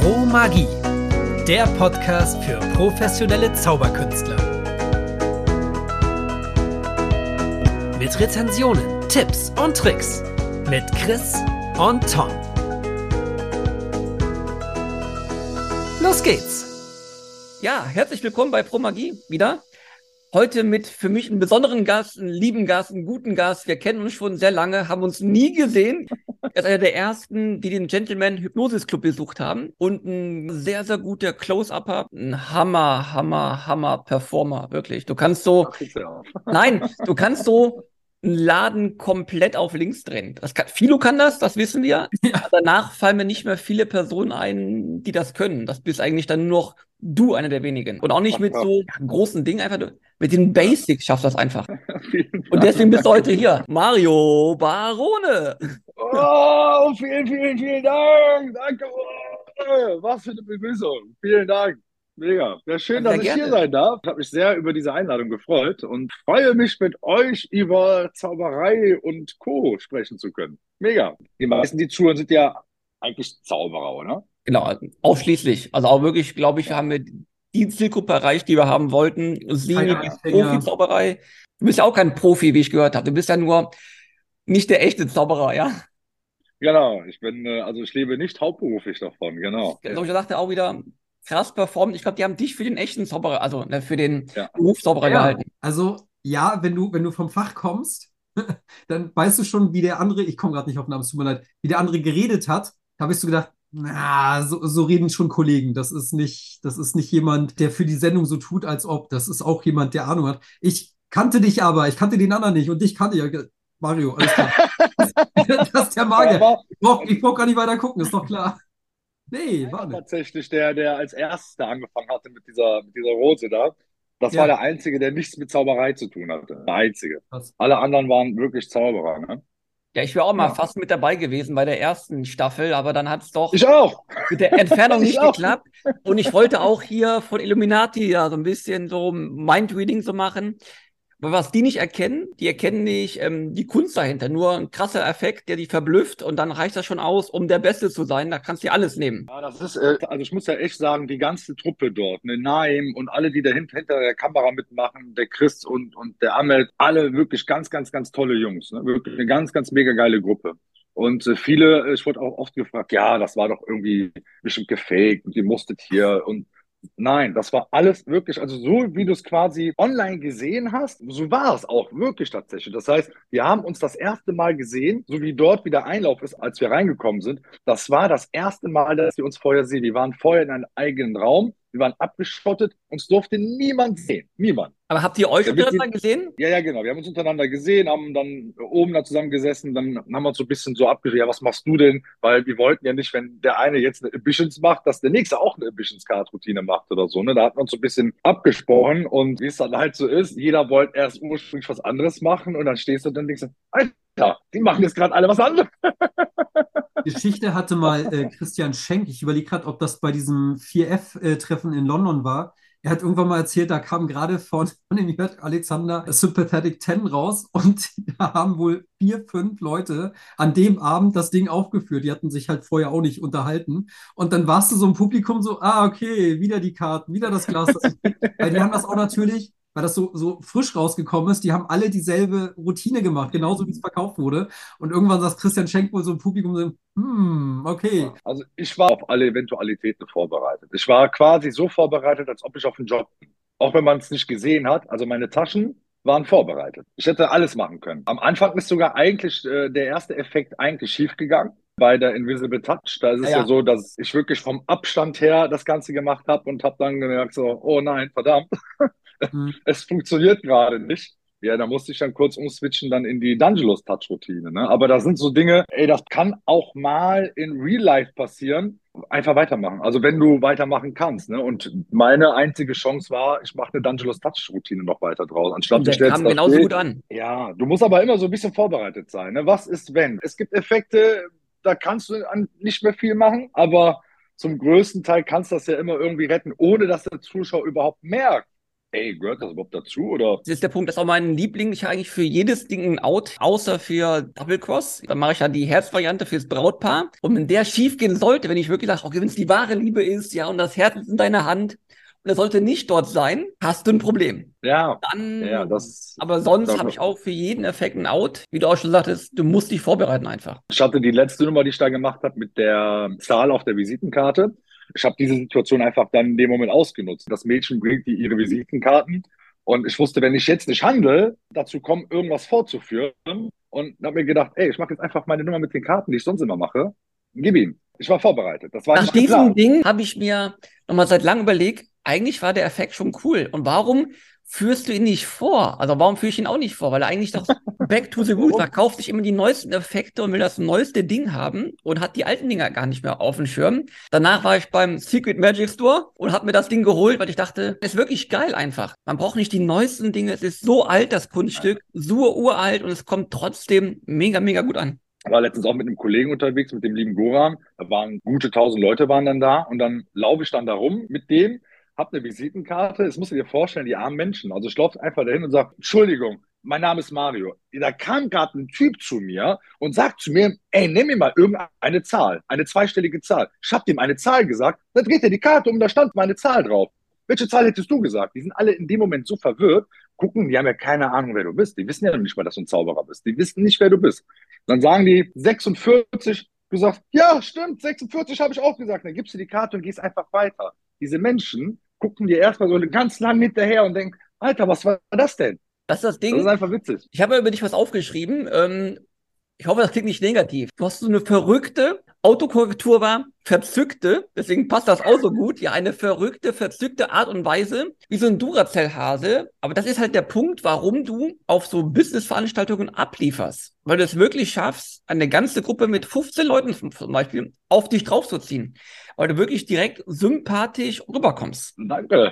Pro Magie, der Podcast für professionelle Zauberkünstler. Mit Rezensionen, Tipps und Tricks mit Chris und Tom. Los geht's! Ja, herzlich willkommen bei Pro Magie wieder. Heute mit für mich einem besonderen Gast, einem lieben Gast, einem guten Gast. Wir kennen uns schon sehr lange, haben uns nie gesehen. Er ist einer der ersten, die den Gentleman Hypnosis Club besucht haben. Und ein sehr, sehr guter Close-Upper. Ein Hammer Performer, wirklich. Du kannst so, du kannst so einen Laden komplett auf links drehen. Philo kann das wissen wir. Ja. Danach fallen mir nicht mehr viele Personen ein, die das können. Das bist eigentlich dann nur noch du, einer der wenigen. Und auch nicht mit so großen Dingen, einfach nur mit den Basics schaffst du das einfach. Und deswegen bist du heute hier. Mario Barone. Oh, vielen Dank. Danke. Oh, was für eine Begrüßung. Vielen Dank. Mega. Sehr schön, Sehr dass ich hier gerne. sein darf. Ich habe mich sehr über diese Einladung gefreut und freue mich, mit euch über Zauberei und Co. sprechen zu können. Mega. Die meisten, die zuhören, sind ja eigentlich Zauberer, oder? Genau, ausschließlich. Also auch wirklich, glaube ich, haben wir die Zielgruppe erreicht, die wir haben wollten. Semi Keine bis Anfänger. Profi-Zauberei. Du bist ja auch kein Profi, wie ich gehört habe. Du bist ja nur nicht der echte Zauberer, ja? Genau. Ich lebe nicht hauptberuflich davon, genau. Also ich sagte auch wieder, krass performt. Ich glaube, die haben dich für den echten Zauberer, also für den Ja. Beruf Zauberer gehalten. Also ja, wenn du vom Fach kommst, dann weißt du schon, wie der andere, ich komme gerade nicht auf den Namen, es tut mir leid, wie der andere geredet hat. Da habe ich so gedacht, na, so reden schon Kollegen. Das ist nicht jemand, der für die Sendung so tut, als ob. Das ist auch jemand, der Ahnung hat. Ich kannte dich aber, ich kannte den anderen nicht und dich kannte ich. Mario, alles klar. Das ist der Magier. Aber Ich brauch gar nicht weiter gucken, ist doch klar. Nee, war nicht. tatsächlich der als erstes da angefangen hatte mit dieser Rose da. Das Ja. war der Einzige, der nichts mit Zauberei zu tun hatte. Der Einzige. Krass. Alle anderen waren wirklich Zauberer, ne? Ja, ich wäre auch mal Ja. fast mit dabei gewesen bei der ersten Staffel, aber dann hat es doch Ich auch. mit der Entfernung Ich nicht auch. geklappt. Und ich wollte auch hier von Illuminati ja so ein bisschen so Mindreading so machen. Aber was die nicht erkennen, die erkennen nicht die Kunst dahinter. Nur ein krasser Effekt, der die verblüfft und dann reicht das schon aus, um der Beste zu sein. Da kannst du dir alles nehmen. Ja, das ist, also ich muss ja echt sagen, die ganze Truppe dort, ne, Naim und alle, die da hinter der Kamera mitmachen, der Chris und der Ahmed, alle wirklich ganz tolle Jungs, ne? Wirklich eine ganz mega geile Gruppe. Und viele, ich wurde auch oft gefragt, ja, das war doch irgendwie bestimmt gefaked und ihr musstet hier und nein, das war alles wirklich, also so wie du es quasi online gesehen hast, so war es auch wirklich tatsächlich. Das heißt, wir haben uns das erste Mal gesehen, so wie dort wieder Einlauf ist, als wir reingekommen sind. Das war das erste Mal, dass wir uns vorher sehen. Wir waren vorher in einem eigenen Raum, wir waren abgeschottet, uns durfte niemand sehen. Niemand. Aber habt ihr euch Da wird untereinander gesehen? Ja, genau. Wir haben uns untereinander gesehen, haben dann oben da zusammengesessen, dann haben wir uns so ein bisschen so abgeredet, ja, was machst du denn? Weil wir wollten ja nicht, wenn der eine jetzt eine Ambitions macht, dass der nächste auch eine Ambitions-Card-Routine macht oder so. Ne? Da hatten wir uns so ein bisschen abgesprochen und wie es dann halt so ist, jeder wollte erst ursprünglich was anderes machen und dann stehst du dann und denkst, Alter, die machen jetzt gerade alle was anderes. Geschichte hatte mal Christian Schenk. Ich überlege gerade, ob das bei diesem 4F-Treffen in London war. Er hat irgendwann mal erzählt, da kam gerade von dem Jörg Alexander Sympathetic 10 raus und da haben wohl 4, 5 Leute an dem Abend das Ding aufgeführt. Die hatten sich halt vorher auch nicht unterhalten. Und dann warst du so im Publikum so, okay, wieder die Karten, wieder das Glas. Weil die haben das auch natürlich, weil das so frisch rausgekommen ist, die haben alle dieselbe Routine gemacht, genauso wie es verkauft wurde. Und irgendwann saß Christian Schenk wohl so im Publikum so, okay. Also ich war auf alle Eventualitäten vorbereitet. Ich war quasi so vorbereitet, als ob ich auf den Job bin. Auch wenn man es nicht gesehen hat. Also meine Taschen waren vorbereitet. Ich hätte alles machen können. Am Anfang ist sogar eigentlich der erste Effekt eigentlich schiefgegangen. Bei der Invisible Touch, da ist es ja so, dass ich wirklich vom Abstand her das Ganze gemacht habe und habe dann gemerkt so, oh nein, verdammt, es funktioniert gerade nicht. Ja, da musste ich dann kurz umswitchen dann in die Dungelos Touch Routine, ne? Aber da sind so Dinge, ey, das kann auch mal in Real Life passieren. Einfach weitermachen. Also wenn du weitermachen kannst, ne? Und meine einzige Chance war, ich mache eine Dungelos Touch Routine noch weiter draus. Anstatt Und du der stellst kam das genauso Bild. gut an. Ja, du musst aber immer so ein bisschen vorbereitet sein, ne? Was ist wenn? Es gibt Effekte, da kannst du nicht mehr viel machen, aber zum größten Teil kannst du das ja immer irgendwie retten, ohne dass der Zuschauer überhaupt merkt, ey, gehört das überhaupt dazu? Oder? Das ist der Punkt, das ist auch mein Liebling. Ich habe eigentlich für jedes Ding ein Out, außer für Double Cross. Dann mache ich ja die Herzvariante fürs Brautpaar. Und wenn der schief gehen sollte, wenn ich wirklich sage, okay, wenn es die wahre Liebe ist, ja, und das Herz ist in deiner Hand und er sollte nicht dort sein, hast du ein Problem. Ja, ja, Dann, aber sonst habe ich auch für jeden Effekt ein Out. Wie du auch schon sagtest, du musst dich vorbereiten einfach. ich hatte die letzte Nummer, die ich da gemacht habe, mit der Zahl auf der Visitenkarte. Ich habe diese Situation einfach dann in dem Moment ausgenutzt. Das Mädchen bringt ihre Visitenkarten und ich wusste, wenn ich jetzt nicht handle, dazu kommen, irgendwas vorzuführen und habe mir gedacht, ey, ich mache jetzt einfach meine Nummer mit den Karten, die ich sonst immer mache, und gib ihm. Ich war vorbereitet. Das war Nach nicht diesem geplant. Ding habe ich mir nochmal seit langem überlegt, eigentlich war der Effekt schon cool. Und warum führst du ihn nicht vor? Also warum führe ich ihn auch nicht vor? Weil er eigentlich doch back to the roots war, kauft sich immer die neuesten Effekte und will das neueste Ding haben und hat die alten Dinger gar nicht mehr auf dem Schirm. Danach war ich beim Secret Magic Store und habe mir das Ding geholt, weil ich dachte, es ist wirklich geil einfach. Man braucht nicht die neuesten Dinge. Es ist so alt, das Kunststück, so uralt und es kommt trotzdem mega, mega gut an. Ich war letztens auch mit einem Kollegen unterwegs, mit dem lieben Goran. Da waren gute 1000 Leute waren dann da und dann laufe ich dann da rum mit dem, hab eine Visitenkarte. Das musst du dir vorstellen, die armen Menschen. Also ich laufe einfach dahin und sage, Entschuldigung, mein Name ist Mario. Da kam gerade ein Typ zu mir und sagt zu mir, ey, nimm mir mal irgendeine Zahl, eine zweistellige Zahl. Ich habe dem eine Zahl gesagt, dann dreht er die Karte um, da stand meine Zahl drauf. Welche Zahl hättest du gesagt? Die sind alle in dem Moment so verwirrt, gucken, die haben ja keine Ahnung, wer du bist. Die wissen ja noch nicht mal, dass du ein Zauberer bist. Die wissen nicht, wer du bist. Dann sagen die 46, du sagst, ja, stimmt, 46 habe ich auch gesagt. Dann gibst du die Karte und gehst einfach weiter. Diese Menschen gucken dir erstmal so ganz lang hinterher und denken, Alter, was war das denn? Das ist das Das ist Ding. einfach witzig. Ich habe ja über dich was aufgeschrieben. Ich hoffe, das klingt nicht negativ. Du hast so eine verrückte, Autokorrektur war verzückte, deswegen passt das auch so gut. Ja, eine verrückte, verzückte Art und Weise, wie so ein Duracell-Hase. Aber das ist halt der Punkt, warum du auf so Business-Veranstaltungen ablieferst. Weil du es wirklich schaffst, eine ganze Gruppe mit 15 Leuten zum Beispiel auf dich draufzuziehen. Weil du wirklich direkt sympathisch rüberkommst. Danke.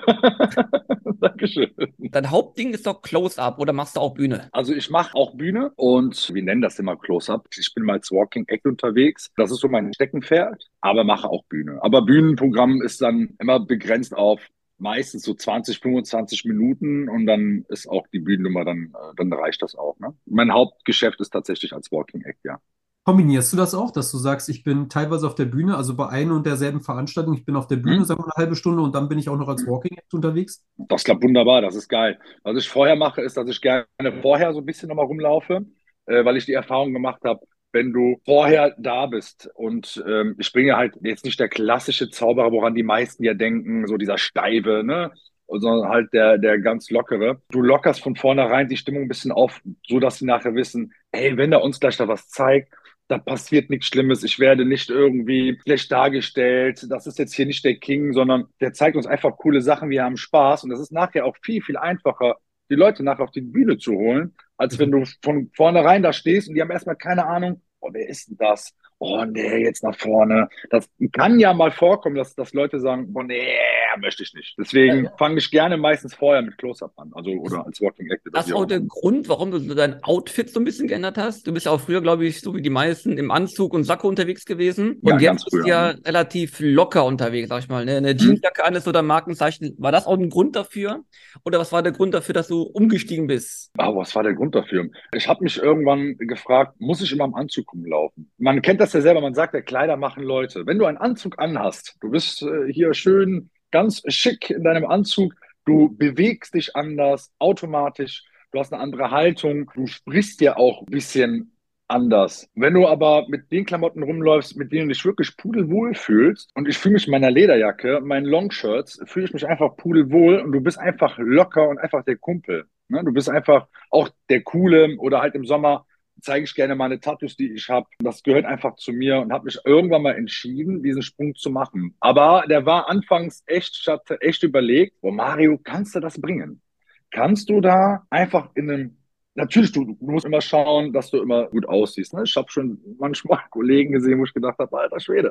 Dankeschön. Dein Hauptding ist doch Close-Up oder machst du auch Bühne? Also ich mache auch Bühne und wir nennen das immer Close-Up. Ich bin mal als Walking Act unterwegs. Das ist so mein Steckenpferd, aber mache auch Bühne. Aber Bühnenprogramm ist dann immer begrenzt auf meistens so 20, 25 Minuten und dann ist auch die Bühnennummer, dann reicht das auch. Ne? Mein Hauptgeschäft ist tatsächlich als Walking Act, ja. Kombinierst du das auch, dass du sagst, ich bin teilweise auf der Bühne, also bei einer und derselben Veranstaltung, ich bin auf der Bühne, Hm? sagen wir eine halbe Stunde und dann bin ich auch noch als Walking Act unterwegs? Das klappt wunderbar, das ist geil. Was ich vorher mache, ist, dass ich gerne vorher so ein bisschen nochmal rumlaufe, weil ich die Erfahrung gemacht habe, wenn du vorher da bist und ich bin ja halt jetzt nicht der klassische Zauberer, woran die meisten ja denken, so dieser Steife, ne? Sondern halt der ganz lockere. Du lockerst von vornherein die Stimmung ein bisschen auf, so dass sie nachher wissen, hey, wenn er uns gleich da was zeigt, da passiert nichts Schlimmes, ich werde nicht irgendwie schlecht dargestellt, das ist jetzt hier nicht der King, sondern der zeigt uns einfach coole Sachen, wir haben Spaß und das ist nachher auch viel, viel einfacher, die Leute nachher auf die Bühne zu holen, als wenn du von vornherein da stehst und die haben erstmal keine Ahnung, oh, wer ist denn das? Oh, nee, jetzt nach vorne. Das kann ja mal vorkommen, dass Leute sagen, oh, nee, möchte ich nicht. Deswegen fange ich gerne meistens vorher mit Close-Up an, also oder als Walking Act. Das ist auch der Grund, warum du so dein Outfit so ein bisschen geändert hast. Du bist ja auch früher, glaube ich, so wie die meisten im Anzug und Sakko unterwegs gewesen. Und Ja, jetzt bist du ja relativ locker unterwegs, sag ich mal. Ne? Eine Jeansjacke an ist so dein Markenzeichen. War das auch ein Grund dafür? Oder was war der Grund dafür, dass du umgestiegen bist? Oh, was war der Grund dafür? Ich habe mich irgendwann gefragt, muss ich immer im Anzug rumlaufen? Man kennt das ja selber, man sagt, ja, Kleider machen Leute. Wenn du einen Anzug anhast, du bist hier schön ganz schick in deinem Anzug, du bewegst dich anders, automatisch, du hast eine andere Haltung, du sprichst ja auch ein bisschen anders. Wenn du aber mit den Klamotten rumläufst, mit denen du dich wirklich pudelwohl fühlst, und ich fühle mich in meiner Lederjacke, meinen Longshirts, fühle ich mich einfach pudelwohl und du bist einfach locker und einfach der Kumpel. Ne? Du bist einfach auch der Coole oder halt im Sommer zeige ich gerne meine Tattoos, die ich habe. Das gehört einfach zu mir und habe mich irgendwann mal entschieden, diesen Sprung zu machen. Aber der war anfangs echt, ich hatte echt überlegt, oh Mario, kannst du das bringen? Kannst du da einfach in einem Natürlich, du musst immer schauen, dass du immer gut aussiehst. Ne? Ich habe schon manchmal Kollegen gesehen, wo ich gedacht habe, alter Schwede,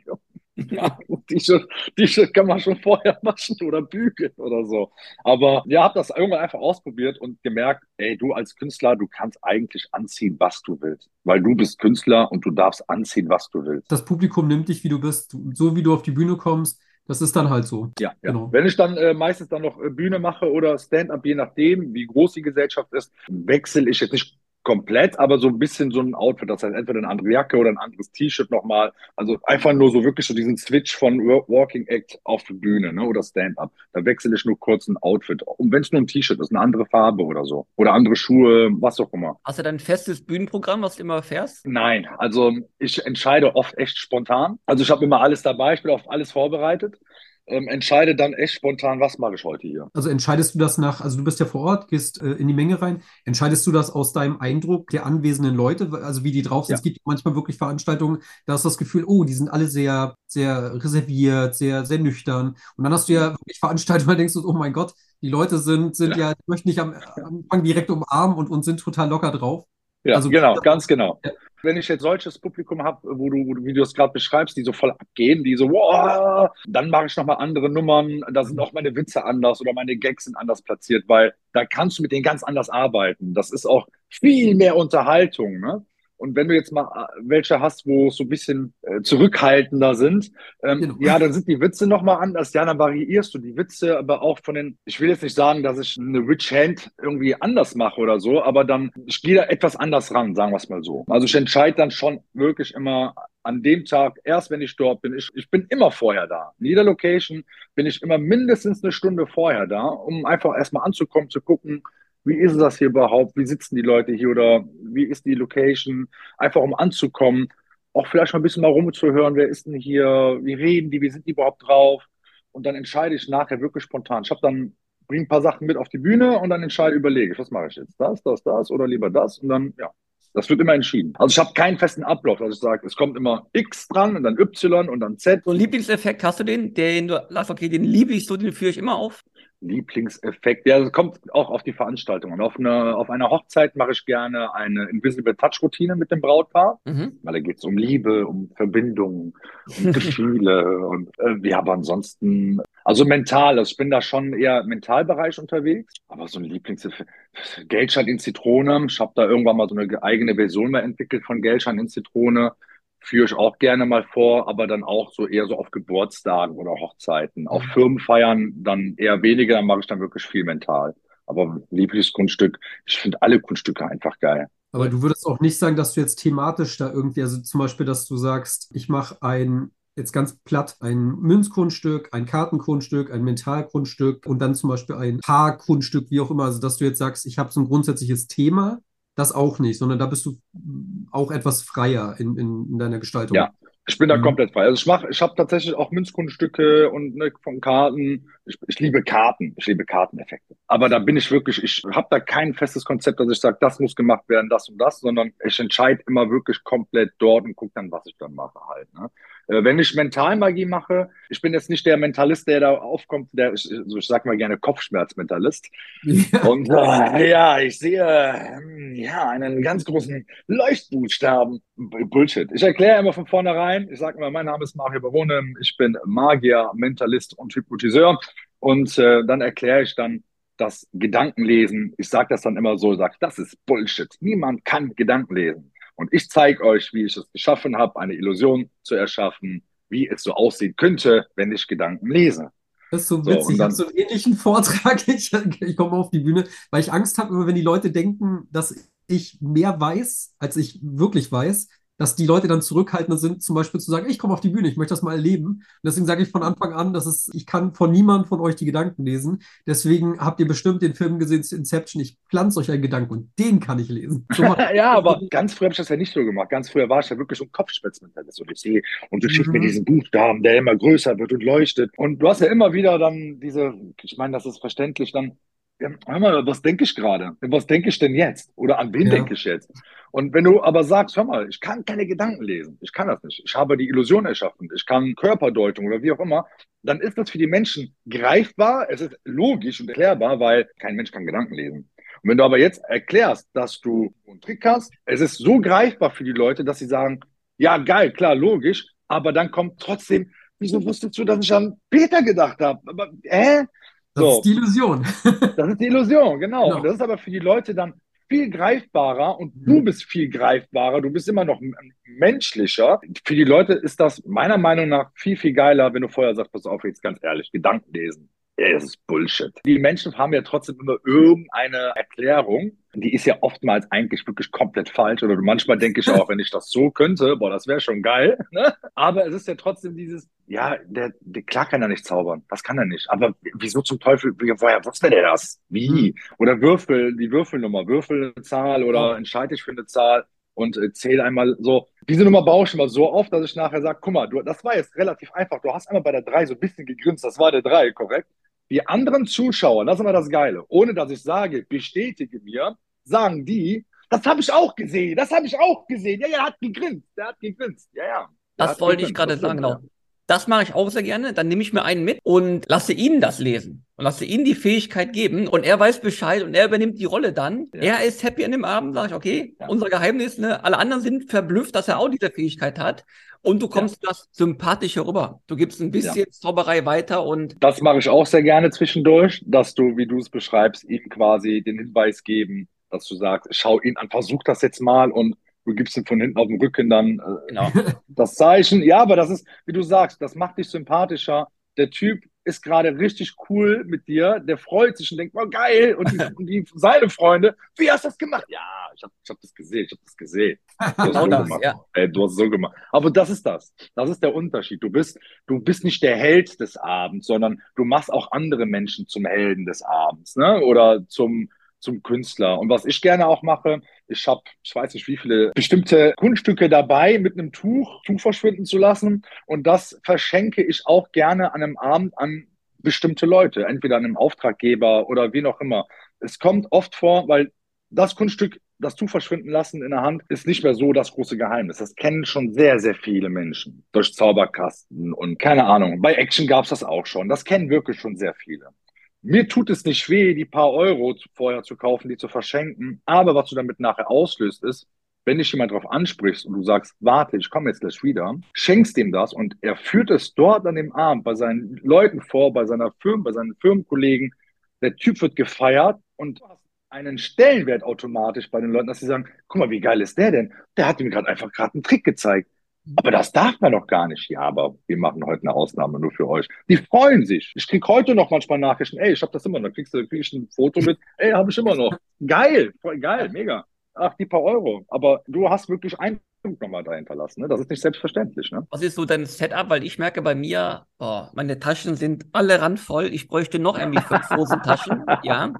ja, T-Shirt kann man schon vorher waschen oder bügeln oder so. Aber ja, habe das irgendwann einfach ausprobiert und gemerkt, ey, du als Künstler, du kannst eigentlich anziehen, was du willst. Weil du bist Künstler und du darfst anziehen, was du willst. Das Publikum nimmt dich, wie du bist, so wie du auf die Bühne kommst. Das ist dann halt so. Ja, ja. Genau. Wenn ich dann meistens dann noch Bühne mache oder Stand-up, je nachdem, wie groß die Gesellschaft ist, wechsle ich jetzt nicht komplett, aber so ein bisschen so ein Outfit. Das heißt, entweder eine andere Jacke oder ein anderes T-Shirt nochmal. Also einfach nur so wirklich so diesen Switch von Walking Act auf die Bühne, ne, oder Stand-up. Da wechsle ich nur kurz ein Outfit. Und wenn es nur ein T-Shirt ist, eine andere Farbe oder so. Oder andere Schuhe, was auch immer. Hast du dein festes Bühnenprogramm, was du immer fährst? Nein, also ich entscheide oft echt spontan. Also ich habe immer alles dabei, ich bin auf alles vorbereitet. Entscheide dann echt spontan, was mache ich heute hier. Also entscheidest du das also du bist ja vor Ort, gehst in die Menge rein, entscheidest du das aus deinem Eindruck der anwesenden Leute, also wie die drauf sind? Ja. Es gibt manchmal wirklich Veranstaltungen, da hast du das Gefühl, oh, die sind alle sehr, sehr reserviert, sehr, sehr nüchtern. Und dann hast du ja wirklich Veranstaltungen, da denkst du, oh mein Gott, die Leute sind ja, die möchten dich am Anfang direkt umarmen und sind total locker drauf. Ja, Also genau, ganz genau. ja. Wenn ich jetzt solches Publikum habe, wie du es gerade beschreibst, die so voll abgehen, die so, wow, dann mache ich nochmal andere Nummern, da sind auch meine Witze anders oder meine Gags sind anders platziert, weil da kannst du mit denen ganz anders arbeiten. Das ist auch viel mehr Unterhaltung, ne? Und wenn du jetzt mal welche hast, wo es so ein bisschen zurückhaltender sind, Genau. ja, dann sind die Witze nochmal anders. Ja, dann variierst du die Witze, aber auch von den, ich will jetzt nicht sagen, dass ich eine Witch Hand irgendwie anders mache oder so, aber dann, ich gehe da etwas anders ran, sagen wir es mal so. Also ich entscheide dann schon wirklich immer an dem Tag, erst wenn ich dort bin, ich bin immer vorher da. In jeder Location bin ich immer mindestens eine Stunde vorher da, um einfach erstmal anzukommen, zu gucken, wie ist das hier überhaupt? Wie sitzen die Leute hier oder wie ist die Location? Einfach um anzukommen, auch vielleicht mal ein bisschen mal rumzuhören, wer ist denn hier, wie reden die, wie sind die überhaupt drauf? Und dann entscheide ich nachher wirklich spontan. Bringe ein paar Sachen mit auf die Bühne und dann überlege ich, was mache ich jetzt? Das oder lieber das? Und dann, ja, das wird immer entschieden. Also ich habe keinen festen Ablauf, dass ich sage, es kommt immer X dran und dann Y und dann Z. So einen Lieblingseffekt hast du den du sagst, okay, den liebe ich so, den führe ich immer auf? Lieblingseffekt. Ja, das kommt auch auf die Veranstaltung an. Auf einer Hochzeit mache ich gerne eine Invisible Touch Routine mit dem Brautpaar, weil da geht es um Liebe, um Verbindung, um Gefühle und ja, aber ansonsten, also mental, also ich bin da schon eher im Mentalbereich unterwegs, aber so ein Lieblingseffekt, Geldschein in Zitrone. Ich habe da irgendwann mal so eine eigene Version mal entwickelt von Geldschein in Zitrone. Führe ich auch gerne mal vor, aber dann auch so eher so auf Geburtstagen oder Hochzeiten. Auf Firmenfeiern dann eher weniger, dann mache ich dann wirklich viel mental. Aber Lieblingskunststück, ich finde alle Kunststücke einfach geil. Aber du würdest auch nicht sagen, dass du jetzt thematisch da irgendwie, also zum Beispiel, dass du sagst, ich mache jetzt ganz platt, ein Münzkunststück, ein Kartenkunststück, ein Mentalkunststück und dann zum Beispiel ein Haarkunststück, wie auch immer. Also, dass du jetzt sagst, ich habe so ein grundsätzliches Thema, das auch nicht, sondern da bist du auch etwas freier in deiner Gestaltung. Ja, ich bin da komplett frei. Also ich habe tatsächlich auch Münzkunststücke und ne, von Karten. Ich liebe Karten, ich liebe Karteneffekte. Aber da bin ich wirklich, ich habe da kein festes Konzept, dass ich sage, das muss gemacht werden, das und das, sondern ich entscheide immer wirklich komplett dort und gucke dann, was ich dann mache halt. Ne? Wenn ich Mentalmagie mache, ich bin jetzt nicht der Mentalist, der da aufkommt, ich sag mal gerne Kopfschmerzmentalist. Ja. Und ja, ich sehe ja einen ganz großen Leuchtbuchstaben. Bullshit. Ich erkläre immer von vornherein, ich sage immer, mein Name ist Mario Barone, ich bin Magier, Mentalist und Hypnotiseur. Und dann erkläre ich dann das Gedankenlesen. Ich sage das dann immer so, sage, das ist Bullshit. Niemand kann Gedanken lesen. Und ich zeige euch, wie ich es geschaffen habe, eine Illusion zu erschaffen, wie es so aussehen könnte, wenn ich Gedanken lese. Das ist so witzig. Ich habe so einen ähnlichen Vortrag. Ich komme auf die Bühne, weil ich Angst habe, immer wenn die Leute denken, dass ich mehr weiß, als ich wirklich weiß, dass die Leute dann zurückhaltender sind, zum Beispiel zu sagen, ich komme auf die Bühne, ich möchte das mal erleben. Und deswegen sage ich von Anfang an, ich kann von niemandem von euch die Gedanken lesen. Deswegen habt ihr bestimmt den Film gesehen, Inception. Ich pflanze euch einen Gedanken und den kann ich lesen. So ja, aber ganz früher habe ich das ja nicht so gemacht. Ganz früher war ich ja wirklich so ein Kopfschmerzmentalist. Und ich sehe, und du schickst mir diesen Buchstaben, der immer größer wird und leuchtet. Und du hast ja immer wieder dann ich meine, das ist verständlich, dann, ja, hör mal, was denke ich gerade? Was denke ich denn jetzt? Oder an wen denke ich jetzt? Und wenn du aber sagst, hör mal, ich kann keine Gedanken lesen, ich kann das nicht, ich habe die Illusion erschaffen, ich kann Körperdeutung oder wie auch immer, dann ist das für die Menschen greifbar, es ist logisch und erklärbar, weil kein Mensch kann Gedanken lesen. Und wenn du aber jetzt erklärst, dass du einen Trick hast, es ist so greifbar für die Leute, dass sie sagen, ja, geil, klar, logisch, aber dann kommt trotzdem, wieso wusstest du, dass ich an Peter gedacht habe? Das ist die Illusion. Das ist die Illusion, genau. Und das ist aber für die Leute dann viel greifbarer und du bist viel greifbarer. Du bist immer noch menschlicher. Für die Leute ist das meiner Meinung nach viel, viel geiler, wenn du vorher sagst, pass auf, jetzt ganz ehrlich, Gedanken lesen. Ja, das ist Bullshit. Die Menschen haben ja trotzdem immer irgendeine Erklärung. Die ist ja oftmals eigentlich wirklich komplett falsch. Oder manchmal denke ich auch, wenn ich das so könnte, boah, das wäre schon geil. Ne? Aber es ist ja trotzdem dieses, ja, klar kann er nicht zaubern. Das kann er nicht. Aber wieso zum Teufel, woher wusste der das? Wie? Oder die Würfelnummer, würfel eine Zahl oder entscheide ich für eine Zahl und zähle einmal so. Diese Nummer baue ich immer so auf, dass ich nachher sage, guck mal, das war jetzt relativ einfach. Du hast einmal bei der 3 so ein bisschen gegrinst, das war der 3, korrekt? Die anderen Zuschauer, das ist immer das Geile, ohne dass ich sage, bestätige mir, sagen die, das habe ich auch gesehen, das habe ich auch gesehen. Ja, der hat gegrinst, ja, ja. Das wollte ich gerade sagen, genau. Das mache ich auch sehr gerne. Dann nehme ich mir einen mit und lasse ihn das lesen und lasse ihm die Fähigkeit geben und er weiß Bescheid und er übernimmt die Rolle dann. Ja. Er ist happy an dem Abend, sage ich, okay, unser Geheimnis, ne? Alle anderen sind verblüfft, dass er auch diese Fähigkeit hat und du kommst das Sympathische rüber. Du gibst ein bisschen Zauberei weiter und... Das mache ich auch sehr gerne zwischendurch, dass du, wie du es beschreibst, ihm quasi den Hinweis geben, dass du sagst, schau ihn an, versuch das jetzt mal und du gibst ihm von hinten auf dem Rücken dann das Zeichen. Ja, aber das ist, wie du sagst, das macht dich sympathischer. Der Typ ist gerade richtig cool mit dir, der freut sich und denkt, oh geil, und seine Freunde, wie hast du das gemacht? Ja, ich hab das gesehen. Du hast so gemacht. Ja. Du hast so gemacht. Aber das ist der Unterschied. Du bist nicht der Held des Abends, sondern du machst auch andere Menschen zum Helden des Abends, ne? Oder zum Künstler. Und was ich gerne auch mache, ich weiß nicht, wie viele bestimmte Kunststücke dabei, mit einem Tuch verschwinden zu lassen. Und das verschenke ich auch gerne an einem Abend an bestimmte Leute, entweder an einem Auftraggeber oder wie noch immer. Es kommt oft vor, weil das Kunststück, das Tuch verschwinden lassen in der Hand, ist nicht mehr so das große Geheimnis. Das kennen schon sehr, sehr viele Menschen durch Zauberkasten und keine Ahnung. Bei Action gab es das auch schon. Das kennen wirklich schon sehr viele. Mir tut es nicht weh, die paar Euro vorher zu kaufen, die zu verschenken. Aber was du damit nachher auslöst, ist, wenn dich jemand darauf ansprichst und du sagst, warte, ich komme jetzt gleich wieder, schenkst ihm das und er führt es dort an dem Abend bei seinen Leuten vor, bei seinen Firmenkollegen. Der Typ wird gefeiert und du hast einen Stellenwert automatisch bei den Leuten, dass sie sagen, guck mal, wie geil ist der denn? Der hat ihm gerade einen Trick gezeigt. Aber das darf man doch gar nicht. Ja, aber wir machen heute eine Ausnahme nur für euch. Die freuen sich. Ich krieg heute noch manchmal Nachrichten, ey, ich habe das immer noch. Krieg ich ein Foto mit, ey, habe ich immer noch. Geil, voll geil, mega. Ach, die paar Euro. Aber du hast wirklich einen Punkt nochmal dahinter lassen. Ne? Das ist nicht selbstverständlich. Ne? Was ist so dein Setup? Weil ich merke bei mir, meine Taschen sind alle randvoll. Ich bräuchte noch irgendwie 5 Hosentaschen. Ja.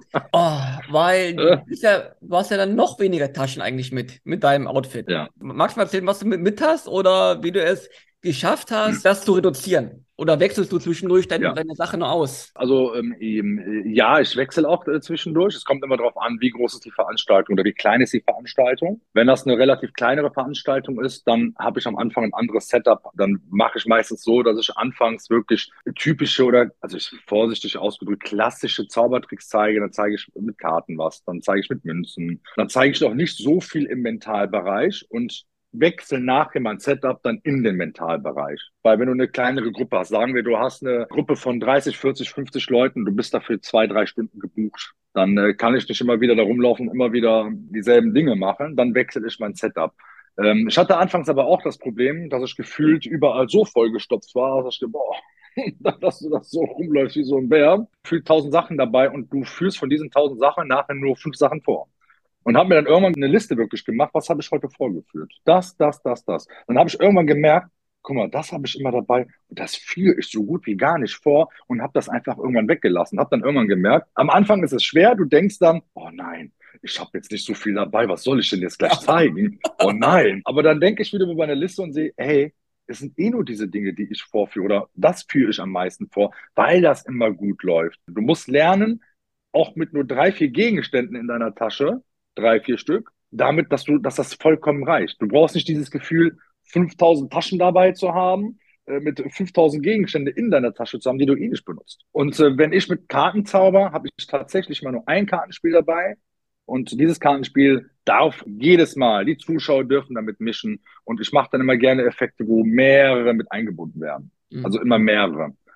Weil du hast ja dann noch weniger Taschen eigentlich mit deinem Outfit. Ja. Magst du mal erzählen, was du mit hast oder wie du es geschafft hast, das zu reduzieren? Oder wechselst du zwischendurch deine Sache nur aus? Also ja, ich wechsle auch zwischendurch. Es kommt immer darauf an, wie groß ist die Veranstaltung oder wie klein ist die Veranstaltung. Wenn das eine relativ kleinere Veranstaltung ist, dann habe ich am Anfang ein anderes Setup. Dann mache ich meistens so, dass ich anfangs wirklich typische oder, also ich vorsichtig ausgedrückt, klassische Zaubertricks zeige. Dann zeige ich mit Karten was, dann zeige ich mit Münzen. Dann zeige ich noch nicht so viel im Mentalbereich und wechsel nachher mein Setup dann in den Mentalbereich. Weil wenn du eine kleinere Gruppe hast, sagen wir, du hast eine Gruppe von 30, 40, 50 Leuten, du bist dafür 2, 3 Stunden gebucht, dann kann ich nicht immer wieder da rumlaufen, immer wieder dieselben Dinge machen, dann wechsle ich mein Setup. Ich hatte anfangs aber auch das Problem, dass ich gefühlt überall so vollgestopft war, dass ich dass du das so rumläufst wie so ein Bär, fühlt 1000 Sachen dabei und du führst von diesen 1000 Sachen nachher nur 5 Sachen vor. Und habe mir dann irgendwann eine Liste wirklich gemacht, was habe ich heute vorgeführt? Das. Dann habe ich irgendwann gemerkt, guck mal, das habe ich immer dabei und das führe ich so gut wie gar nicht vor und habe das einfach irgendwann weggelassen. Habe dann irgendwann gemerkt, am Anfang ist es schwer, du denkst dann, oh nein, ich habe jetzt nicht so viel dabei, was soll ich denn jetzt gleich zeigen? Oh nein. Aber dann denke ich wieder über meine Liste und sehe, hey, es sind eh nur diese Dinge, die ich vorführe oder das führe ich am meisten vor, weil das immer gut läuft. Du musst lernen, auch mit nur 3, 4 Gegenständen in deiner Tasche, 3, 4 Stück, damit, dass das vollkommen reicht. Du brauchst nicht dieses Gefühl, 5000 Taschen dabei zu haben, mit 5000 Gegenstände in deiner Tasche zu haben, die du eh nicht benutzt. Und wenn ich mit Karten zauber, habe ich tatsächlich mal nur ein Kartenspiel dabei. Und dieses Kartenspiel darf jedes Mal, die Zuschauer dürfen damit mischen. Und ich mache dann immer gerne Effekte, wo mehrere mit eingebunden werden. Also immer mehrere.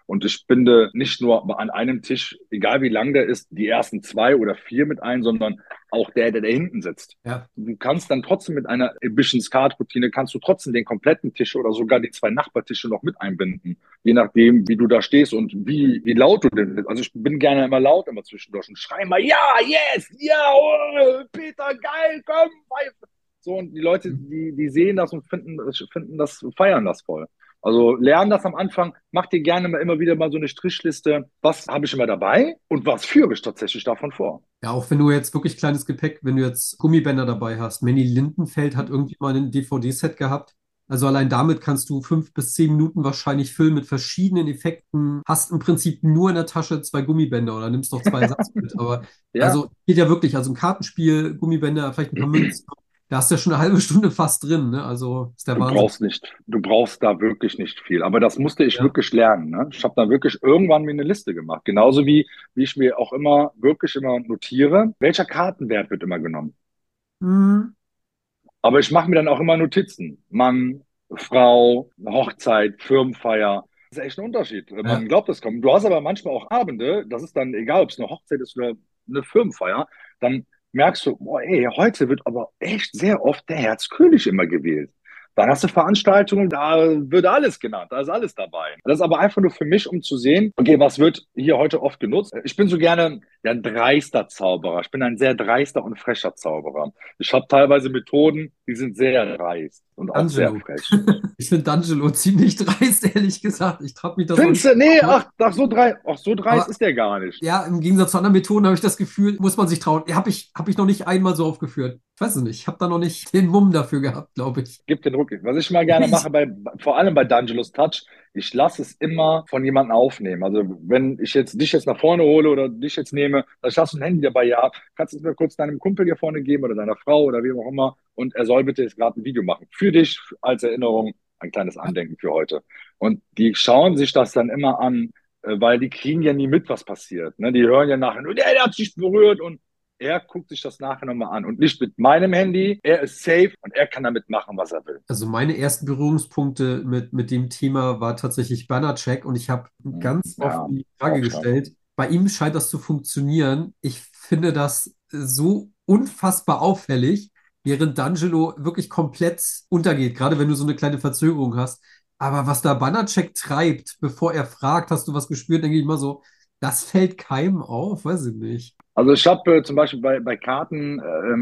Und ich binde nicht nur an einem Tisch, egal wie lang der ist, die ersten 2 oder 4 mit ein, sondern auch der hinten sitzt. Ja. Du kannst dann trotzdem mit einer Ambitions-Card-Routine, kannst du trotzdem den kompletten Tisch oder sogar die 2 Nachbartische noch mit einbinden. Je nachdem, wie du da stehst und wie laut du denn bist. Also ich bin gerne immer laut, immer zwischendurch und schrei mal, ja, yes, ja, oh, Peter, geil, komm, pfeife. So, und die Leute, die sehen das und finden das, feiern das voll. Also lernen das am Anfang, mach dir gerne immer wieder mal so eine Strichliste. Was habe ich immer dabei und was führe ich tatsächlich davon vor? Ja, auch wenn du jetzt wirklich kleines Gepäck, wenn du jetzt Gummibänder dabei hast. Manny Lindenfeld hat irgendwie mal ein DVD-Set gehabt. Also allein damit kannst du 5 bis 10 Minuten wahrscheinlich füllen mit verschiedenen Effekten. Hast im Prinzip nur in der Tasche 2 Gummibänder oder nimmst noch 2 Ersatz mit. Aber Ja. also geht ja wirklich, also ein Kartenspiel, Gummibänder, vielleicht ein paar Münzen. Da hast du ja schon eine halbe Stunde fast drin, ne? Also ist der Du Wahnsinn. du brauchst da wirklich nicht viel. Aber das musste ich Ja. wirklich lernen. Ne? Ich habe da wirklich irgendwann mir eine Liste gemacht. Genauso wie ich mir auch wirklich immer notiere, welcher Kartenwert wird immer genommen. Mhm. Aber ich mache mir dann auch immer Notizen. Mann, Frau, Hochzeit, Firmenfeier. Das ist echt ein Unterschied. Ja. Man glaubt das kaum. Du hast aber manchmal auch Abende, das ist dann egal, ob es eine Hochzeit ist oder eine Firmenfeier, dann merkst du, boah, ey, heute wird aber echt sehr oft der Herzkönig immer gewählt. Dann hast du Veranstaltungen, da wird alles genannt, da ist alles dabei. Das ist aber einfach nur für mich, um zu sehen, okay, was wird hier heute oft genutzt? Ich bin so gerne ein dreister Zauberer. Ich bin ein sehr dreister und frecher Zauberer. Ich habe teilweise Methoden, die sind sehr dreist und auch sehr D'Angelo. frech. Ich finde D'Angelo ziemlich dreist, ehrlich gesagt. Ich traue mich das auch Findest nicht. du? Nee, so dreist Aber ist der gar nicht. ja, im Gegensatz zu anderen Methoden habe ich das Gefühl, muss man sich trauen. Hab ich noch nicht einmal so aufgeführt. Ich weiß es nicht. Ich habe da noch nicht den Mumm dafür gehabt, glaube ich. Gib den Rücken. Was ich mal gerne mache, vor allem bei D'Angelo's Touch, ich lasse es immer von jemandem aufnehmen. Also wenn ich jetzt dich jetzt nach vorne hole oder dich jetzt nehme, dann hast du ein Handy dabei, ja, kannst du es mir kurz deinem Kumpel hier vorne geben oder deiner Frau oder wem auch immer und er soll bitte jetzt gerade ein Video machen. Für dich als Erinnerung, ein kleines Andenken für heute. Und die schauen sich das dann immer an, weil die kriegen ja nie mit, was passiert. Ne? Die hören ja nachher nur, der hat sich berührt und er guckt sich das nachher nochmal an und nicht mit meinem Handy. Er ist safe und er kann damit machen, was er will. Also meine ersten Berührungspunkte mit dem Thema war tatsächlich Bannercheck und ich habe ganz oft Ja, die Frage auch stark. gestellt, bei ihm scheint das zu funktionieren. Ich finde das so unfassbar auffällig, während D'Angelo wirklich komplett untergeht, gerade wenn du so eine kleine Verzögerung hast. Aber was da Bannercheck treibt, bevor er fragt, hast du was gespürt, denke ich immer so, das fällt keinem auf, weiß ich nicht. Also ich habe zum Beispiel bei Karten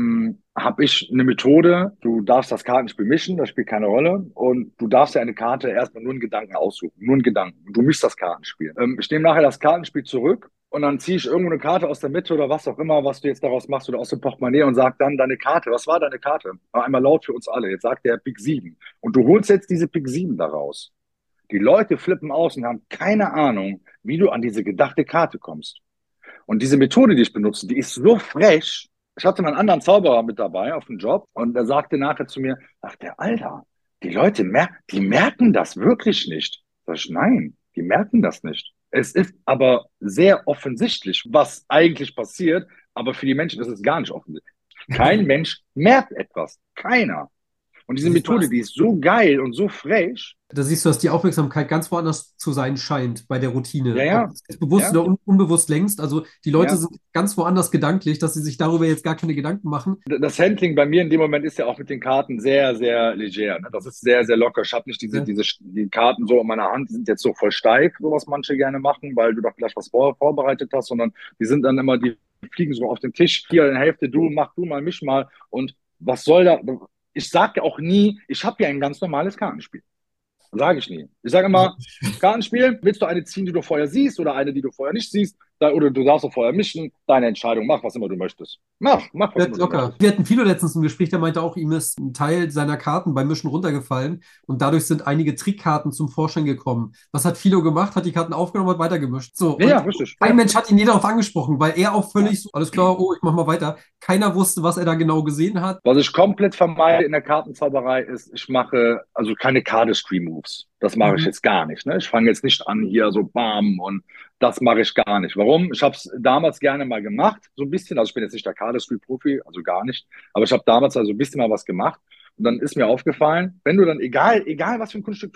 habe ich eine Methode. Du darfst das Kartenspiel mischen, das spielt keine Rolle. Und du darfst ja eine Karte erstmal nur einen Gedanken aussuchen, nur einen Gedanken. Du mischst das Kartenspiel. Ich nehme nachher das Kartenspiel zurück und dann ziehe ich irgendwo eine Karte aus der Mitte oder was auch immer, was du jetzt daraus machst oder aus dem Portemonnaie und sag dann deine Karte. Was war deine Karte? Einmal laut für uns alle. Jetzt sagt der Pik 7. Und du holst jetzt diese Pik 7 daraus. Die Leute flippen aus und haben keine Ahnung, wie du an diese gedachte Karte kommst. Und diese Methode, die ich benutze, die ist so frech. Ich hatte mal einen anderen Zauberer mit dabei auf dem Job und er sagte nachher zu mir, ach der Alter, die Leute die merken das wirklich nicht. Sag ich, nein, die merken das nicht. Es ist aber sehr offensichtlich, was eigentlich passiert, aber für die Menschen ist es gar nicht offensichtlich. Kein Mensch merkt etwas. Keiner. Und diese Methode, die ist so geil und so frech. Da siehst du, dass die Aufmerksamkeit ganz woanders zu sein scheint bei der Routine. Ja, ja. Ob du es bewusst Ja. oder unbewusst lenkst. Also die Leute Ja. sind ganz woanders gedanklich, dass sie sich darüber jetzt gar keine Gedanken machen. Das Handling bei mir in dem Moment ist ja auch mit den Karten sehr, sehr leger. Ne? Das ist sehr, sehr locker. Ich habe nicht Ja. die Karten so in meiner Hand, die sind jetzt so voll steif, so was manche gerne machen, weil du doch vielleicht was vorbereitet hast, sondern die sind dann immer, die fliegen so auf den Tisch. Hier eine Hälfte du, mach du mal, misch mal. Und was soll da? Ich sage auch nie, ich habe ja ein ganz normales Kartenspiel. Sage ich nie. Ich sage immer, Kartenspiel, willst du eine ziehen, die du vorher siehst oder eine, die du vorher nicht siehst? Oder du darfst auch vorher mischen. Deine Entscheidung. Mach, was immer du möchtest. Mach, was Ja, immer du locker. möchtest. Wir hatten Philo letztens ein Gespräch, der meinte auch, ihm ist ein Teil seiner Karten beim Mischen runtergefallen und dadurch sind einige Trickkarten zum Vorschein gekommen. Was hat Philo gemacht? Hat die Karten aufgenommen und weitergemischt. So, Ja, und richtig. kein Mensch hat ihn je darauf angesprochen, weil er auch völlig so, alles klar, oh, ich mach mal weiter. Keiner wusste, was er da genau gesehen hat. Was ich komplett vermeide in der Kartenzauberei ist, ich mache also keine Cardistry-Moves. Das mache ich jetzt gar nicht. Ne? Ich fange jetzt nicht an hier so bam und das mache ich gar nicht. Warum? Ich habe es damals gerne mal gemacht, so ein bisschen. Also ich bin jetzt nicht der Cardistry-Profi, also gar nicht. Aber ich habe damals also ein bisschen mal was gemacht. Und dann ist mir aufgefallen, wenn du dann, egal was für ein Kunststück du machst,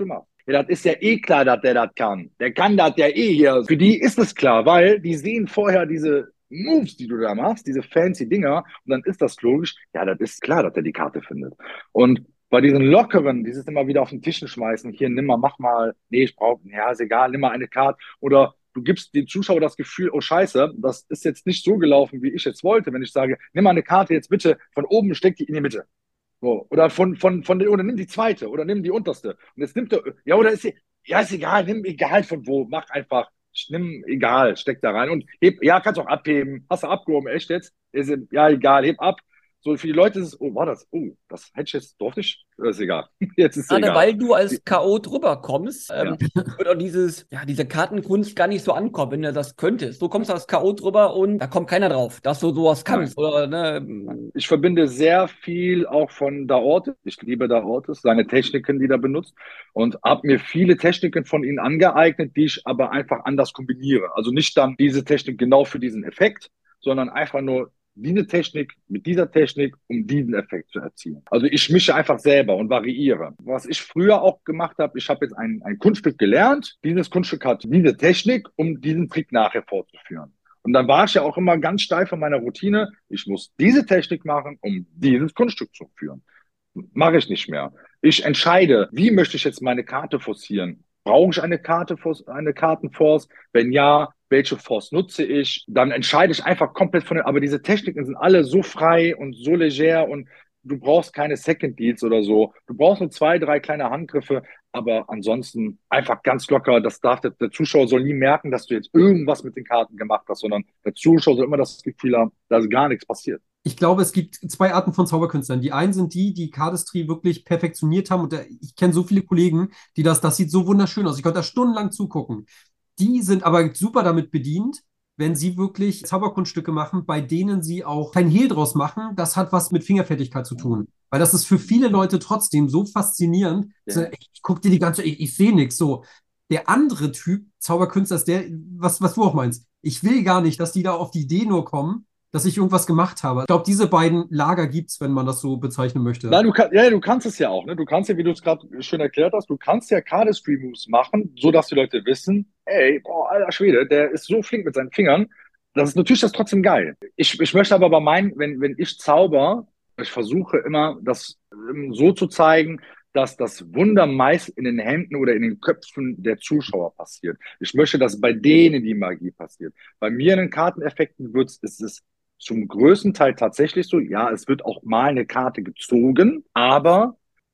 Ja, das ist ja eh klar, dass der das kann. Der kann das ja eh hier. Für die ist es klar, weil die sehen vorher diese Moves, die du da machst, diese fancy Dinger, und dann ist das logisch. Ja, das ist klar, dass der die Karte findet. Und bei diesen lockeren, dieses immer wieder auf den Tischen schmeißen, hier, nimm mal, mach mal, nee, ich brauche, ja, ist egal, nimm mal eine Karte. Oder du gibst dem Zuschauer das Gefühl, oh Scheiße, das ist jetzt nicht so gelaufen, wie ich jetzt wollte, wenn ich sage, nimm mal eine Karte jetzt bitte von oben, steck die in die Mitte. So, oder oder nimm die zweite oder nimm die unterste. Und jetzt nimmt er, ja, oder ja, ist egal, nimm egal von wo, mach einfach, nimm egal, steck da rein und heb, ja, kannst auch abheben. Hast du abgehoben, echt jetzt? Ja, egal, heb ab. So, für die Leute ist es, oh, war das, oh, das hätte ich jetzt, durfte ich? Ist egal. Jetzt ist es Gerade egal. weil du als K.O. drüber kommst, Ja. wird auch diese Kartenkunst gar nicht so ankommen, wenn du das könntest. Du kommst als K.O. drüber und da kommt keiner drauf, dass du sowas kannst. Oder, ne? Ich verbinde sehr viel auch von Daorte. Ich liebe Daortes, seine Techniken, die er benutzt. Und habe mir viele Techniken von ihm angeeignet, die ich aber einfach anders kombiniere. Also nicht dann diese Technik genau für diesen Effekt, sondern einfach nur diese Technik mit dieser Technik, um diesen Effekt zu erzielen. Also ich mische einfach selber und variiere. Was ich früher auch gemacht habe, ich habe jetzt ein Kunststück gelernt. Dieses Kunststück hat diese Technik, um diesen Trick nachher fortzuführen. Und dann war ich ja auch immer ganz steif in meiner Routine. Ich muss diese Technik machen, um dieses Kunststück zu führen. Mache ich nicht mehr. Ich entscheide, wie möchte ich jetzt meine Karte forcieren? Brauche ich eine Kartenforce? Wenn ja, welche Force nutze ich? Dann entscheide ich einfach komplett von den, aber diese Techniken sind alle so frei und so leger und du brauchst keine Second Deals oder so. Du brauchst nur 2, 3 kleine Handgriffe, aber ansonsten einfach ganz locker. Der Zuschauer soll nie merken, dass du jetzt irgendwas mit den Karten gemacht hast, sondern der Zuschauer soll immer das Gefühl haben, dass gar nichts passiert. Ich glaube, es gibt zwei Arten von Zauberkünstlern. Die einen sind die Cardistry wirklich perfektioniert haben. Und ich kenne so viele Kollegen, das sieht so wunderschön aus. Ich konnte da stundenlang zugucken. Die sind aber super damit bedient, wenn sie wirklich Zauberkunststücke machen, bei denen sie auch kein Hehl draus machen. Das hat was mit Fingerfertigkeit zu tun. Weil das ist für viele Leute trotzdem so faszinierend. Ja. Ich gucke dir die ganze, ich sehe nichts. So, der andere Typ Zauberkünstler ist der, was du auch meinst. Ich will gar nicht, dass die da auf die Idee nur kommen, dass ich irgendwas gemacht habe. Ich glaube, diese beiden Lager gibt es, wenn man das so bezeichnen möchte. Nein, du kannst es ja auch, ne? Du kannst ja, wie du es gerade schön erklärt hast, du kannst ja Cardistry-Moves machen, so dass die Leute wissen, ey, boah, alter Schwede, der ist so flink mit seinen Fingern. Das ist natürlich das trotzdem geil. Ich möchte aber wenn ich zauber, ich versuche immer, das so zu zeigen, dass das Wunder meist in den Händen oder in den Köpfen der Zuschauer passiert. Ich möchte, dass bei denen die Magie passiert. Bei mir in den Karteneffekten ist es zum größten Teil tatsächlich so, ja, es wird auch mal eine Karte gezogen, aber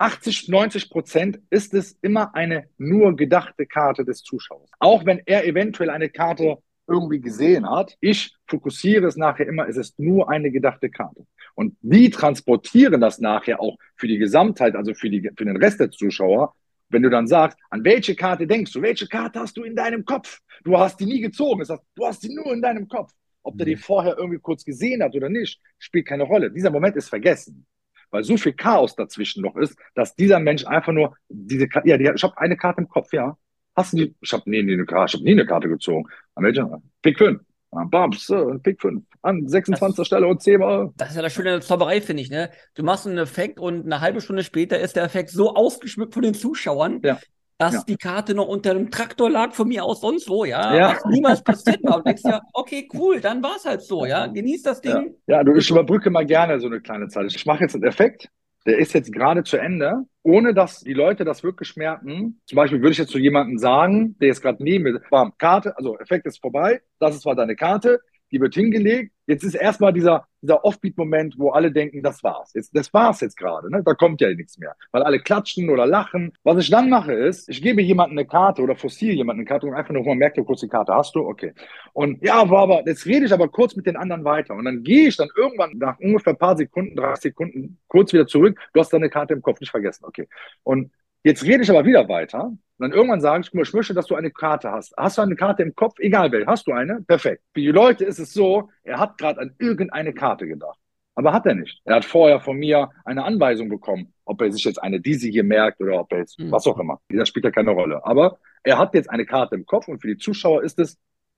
80-90% ist es immer eine nur gedachte Karte des Zuschauers. Auch wenn er eventuell eine Karte irgendwie gesehen hat, ich fokussiere es nachher immer, es ist nur eine gedachte Karte. Und die transportieren das nachher auch für die Gesamtheit, also für den Rest der Zuschauer. Wenn du dann sagst, an welche Karte denkst du, welche Karte hast du in deinem Kopf? Du hast die nie gezogen, das heißt, du hast sie nur in deinem Kopf. Ob der die vorher irgendwie kurz gesehen hat oder nicht, spielt keine Rolle. Dieser Moment ist vergessen, weil so viel Chaos dazwischen noch ist, dass dieser Mensch einfach nur ich habe eine Karte im Kopf, ja. Hast du die? Ich habe nie eine Karte gezogen. An welcher? Pick 5. Bams, Pick 5. An 26. Stelle und 10 Mal. Das ist ja das Schöne an der Zauberei, finde ich, ne? Du machst einen Effekt und eine halbe Stunde später ist der Effekt so ausgeschmückt von den Zuschauern, dass die Karte noch unter einem Traktor lag, von mir aus sonst wo, was niemals passiert war. Und denkst ja, okay, cool, dann war es halt so, Genieß das Ding. Ich überbrücke mal gerne so eine kleine Zeit. Ich mache jetzt einen Effekt, der ist jetzt gerade zu Ende, ohne dass die Leute das wirklich merken. Zum Beispiel würde ich jetzt zu jemandem sagen, der jetzt gerade neben mir, bam, Karte, also Effekt ist vorbei, das ist zwar deine Karte, die wird hingelegt. Jetzt ist erstmal dieser Offbeat-Moment, wo alle denken, das war's. Das war's jetzt gerade, ne? Da kommt ja nichts mehr, weil alle klatschen oder lachen. Was ich dann mache ist, ich gebe jemandem eine Karte oder forciere jemanden eine Karte und einfach nur, man merkt ja kurz, die Karte hast du, okay. Und jetzt rede ich aber kurz mit den anderen weiter und dann gehe ich dann irgendwann nach ungefähr ein paar Sekunden, 30 Sekunden kurz wieder zurück. Du hast deine Karte im Kopf nicht vergessen, okay. Und jetzt rede ich aber wieder weiter. Und dann irgendwann sage ich möchte, dass du eine Karte hast. Hast du eine Karte im Kopf? Egal welche. Hast du eine? Perfekt. Für die Leute ist es so, er hat gerade an irgendeine Karte gedacht. Aber hat er nicht. Er hat vorher von mir eine Anweisung bekommen, ob er sich jetzt diese hier merkt oder ob er jetzt, was auch immer. Das spielt ja keine Rolle. Aber er hat jetzt eine Karte im Kopf und für die Zuschauer ist es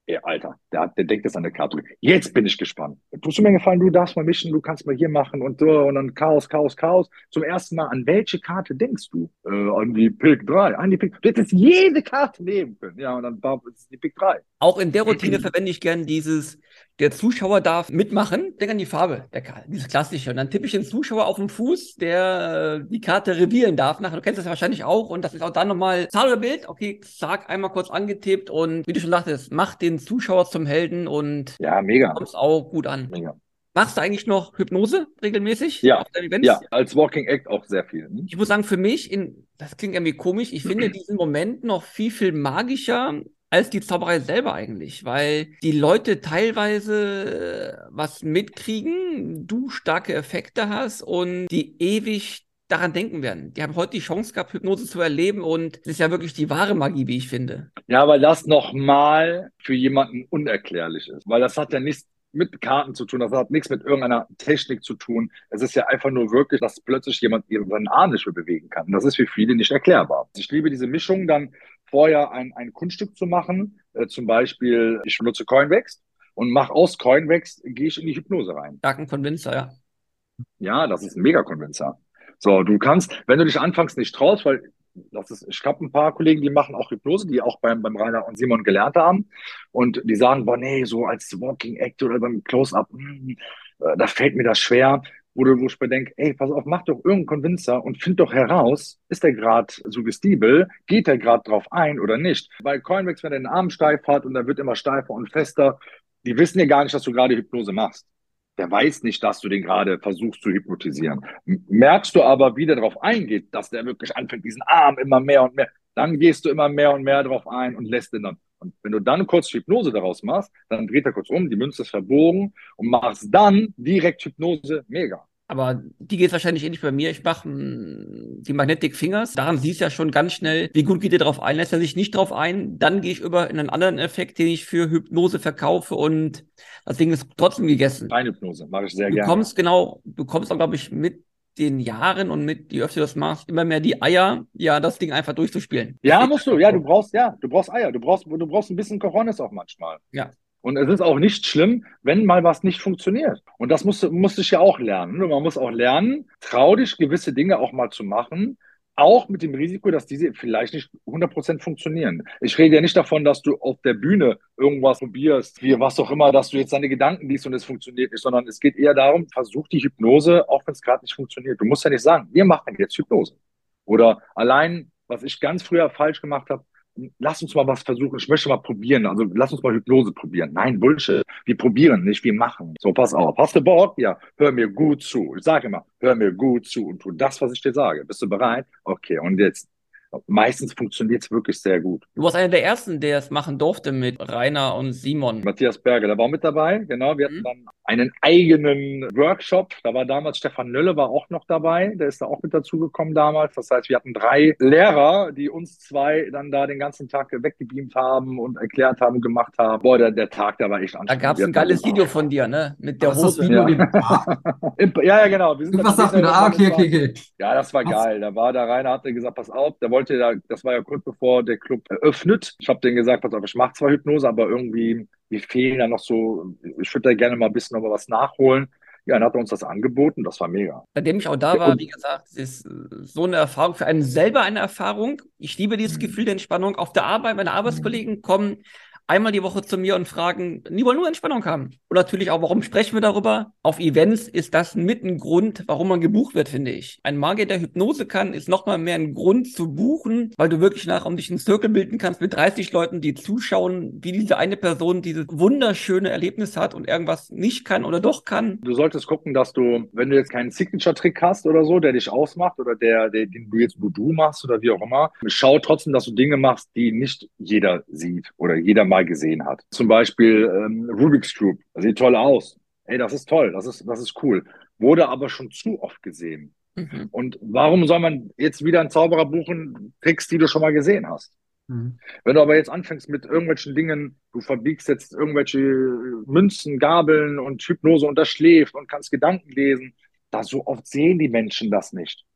Ey, Alter, der denkt jetzt an der Karte. Jetzt bin ich gespannt. Tust du mir gefallen, du darfst mal mischen, du kannst mal hier machen und so und dann Chaos, Chaos, Chaos. Zum ersten Mal, an welche Karte denkst du? An die Pick 3, an die Pick. Du hättest jede Karte nehmen können. Ja, und dann war es die Pick 3. Auch in der Routine verwende ich gern der Zuschauer darf mitmachen, denk an die Farbe der Karte, dieses klassische. Und dann tippe ich den Zuschauer auf den Fuß, der die Karte revealen darf. Du kennst das ja wahrscheinlich auch. Und das ist auch dann nochmal Zahl oder Bild. Okay, zack, einmal kurz angetippt. Und wie du schon sagtest, mach den Zuschauer zum Helden und Ja, mega. kommst auch gut an. Mega. Machst du eigentlich noch Hypnose regelmäßig Ja, auf deinen Events? ja, als Walking Act auch sehr viel. Ich muss sagen, für mich, das klingt irgendwie komisch, ich finde diesen Moment noch viel, viel magischer als die Zauberei selber eigentlich, weil die Leute teilweise was mitkriegen, du starke Effekte hast und die ewig daran denken werden. Die haben heute die Chance gehabt, Hypnose zu erleben und es ist ja wirklich die wahre Magie, wie ich finde. Ja, weil das nochmal für jemanden unerklärlich ist. Weil das hat ja nichts mit Karten zu tun, das hat nichts mit irgendeiner Technik zu tun. Es ist ja einfach nur wirklich, dass plötzlich jemand seinen Arm nicht mehr bewegen kann. Und das ist für viele nicht erklärbar. Ich liebe diese Mischung, dann vorher ein Kunststück zu machen. Zum Beispiel, ich benutze Coinvex und mache aus Coinvex, gehe ich in die Hypnose rein. Starken Convincer, ja. Ja, das ist ein Mega-Convincer. So, du kannst, wenn du dich anfangs nicht traust, weil ich habe ein paar Kollegen, die machen auch Hypnose, die auch beim Rainer und Simon gelernt haben. Und die sagen, boah, nee, so als Walking Act oder beim Close-Up, da fällt mir das schwer. Wo ich mir denke, ey, pass auf, mach doch irgendeinen Convincer und find doch heraus, ist der gerade suggestibel, geht der gerade drauf ein oder nicht? Bei Coinvex, wenn er den Arm steif hat und der wird immer steifer und fester, die wissen ja gar nicht, dass du gerade Hypnose machst. Der weiß nicht, dass du den gerade versuchst zu hypnotisieren. Merkst du aber, wie der darauf eingeht, dass der wirklich anfängt, diesen Arm immer mehr und mehr, dann gehst du immer mehr und mehr drauf ein und lässt den dann. Und wenn du dann kurz Hypnose daraus machst, dann dreht er kurz um, die Münze ist verbogen und machst dann direkt Hypnose, mega. Aber die geht wahrscheinlich ähnlich bei mir. Ich mache die Magnetic Fingers. Daran siehst du ja schon ganz schnell, wie gut geht er drauf ein. Lässt er sich nicht drauf ein, dann gehe ich über in einen anderen Effekt, den ich für Hypnose verkaufe und das Ding ist trotzdem gegessen. Hypnose mache ich sehr gerne. Du kommst auch, glaube ich, mit den Jahren und je öfter du das machst, immer mehr die Eier, ja, das Ding einfach durchzuspielen. Ja, musst du. Ja, du brauchst Eier. Du brauchst ein bisschen Cojones auch manchmal. Ja. Und es ist auch nicht schlimm, wenn mal was nicht funktioniert. Und das musste ich ja auch lernen. Man muss auch lernen, trau dich, gewisse Dinge auch mal zu machen, auch mit dem Risiko, dass diese vielleicht nicht 100% funktionieren. Ich rede ja nicht davon, dass du auf der Bühne irgendwas probierst, wie was auch immer, dass du jetzt deine Gedanken liest und es funktioniert nicht, sondern es geht eher darum, versuch die Hypnose, auch wenn es gerade nicht funktioniert. Du musst ja nicht sagen, wir machen jetzt Hypnose. Oder allein, was ich ganz früher falsch gemacht habe, lass uns mal was versuchen, ich möchte mal probieren, also lass uns mal Hypnose probieren. Nein, Bullshit. Wir probieren nicht, wir machen. So, pass auf. Hast du Bock? Ja, hör mir gut zu. Ich sage immer, hör mir gut zu und tu das, was ich dir sage. Bist du bereit? Okay, und jetzt. Meistens funktioniert es wirklich sehr gut. Du warst einer der Ersten, der es machen durfte mit Rainer und Simon. Matthias Berger, der war mit dabei, genau. Wir hatten dann einen eigenen Workshop. Da war damals Stefan Nölle war auch noch dabei. Der ist da auch mit dazugekommen damals. Das heißt, wir hatten 3 Lehrer, die uns 2 dann da den ganzen Tag weggebeamt haben und erklärt haben, gemacht haben. Boah, der Tag, der war echt anstrengend. Da gab es ein geiles Video von dir, ne? Mit der Hose. Video Ja, genau. Wir sind was sagt ihr? Okay. Ja, das war geil. Da war der Rainer, hat gesagt, pass auf, das war ja kurz bevor der Club eröffnet. Ich habe denen gesagt, pass auf, ich mache zwar Hypnose, aber irgendwie, mir fehlen da noch so, ich würde da gerne mal ein bisschen noch mal was nachholen. Ja, dann hat er uns das angeboten, das war mega. Seitdem ich auch da war, wie gesagt, es ist so eine Erfahrung, für einen selber eine Erfahrung. Ich liebe dieses Gefühl der Entspannung. Auf der Arbeit, meine Arbeitskollegen kommen einmal die Woche zu mir und fragen, die wollen nur Entspannung haben. Und natürlich auch, warum sprechen wir darüber? Auf Events ist das mit ein Grund, warum man gebucht wird, finde ich. Ein Magier, der Hypnose kann, ist nochmal mehr ein Grund zu buchen, weil du wirklich nachher um dich einen Circle bilden kannst mit 30 Leuten, die zuschauen, wie diese eine Person dieses wunderschöne Erlebnis hat und irgendwas nicht kann oder doch kann. Du solltest gucken, dass du, wenn du jetzt keinen Signature-Trick hast oder so, der dich ausmacht oder den du jetzt Voodoo machst oder wie auch immer, schau trotzdem, dass du Dinge machst, die nicht jeder sieht oder jeder mal gesehen hat. Zum Beispiel Rubik's Cube. Das sieht toll aus. Ey, das ist toll, das ist cool. Wurde aber schon zu oft gesehen. Und warum soll man jetzt wieder einen Zauberer buchen, Tricks, die du schon mal gesehen hast? Wenn du aber jetzt anfängst mit irgendwelchen Dingen, du verbiegst jetzt irgendwelche Münzen, Gabeln und Hypnose unter Schläft und kannst Gedanken lesen, da so oft sehen die Menschen das nicht.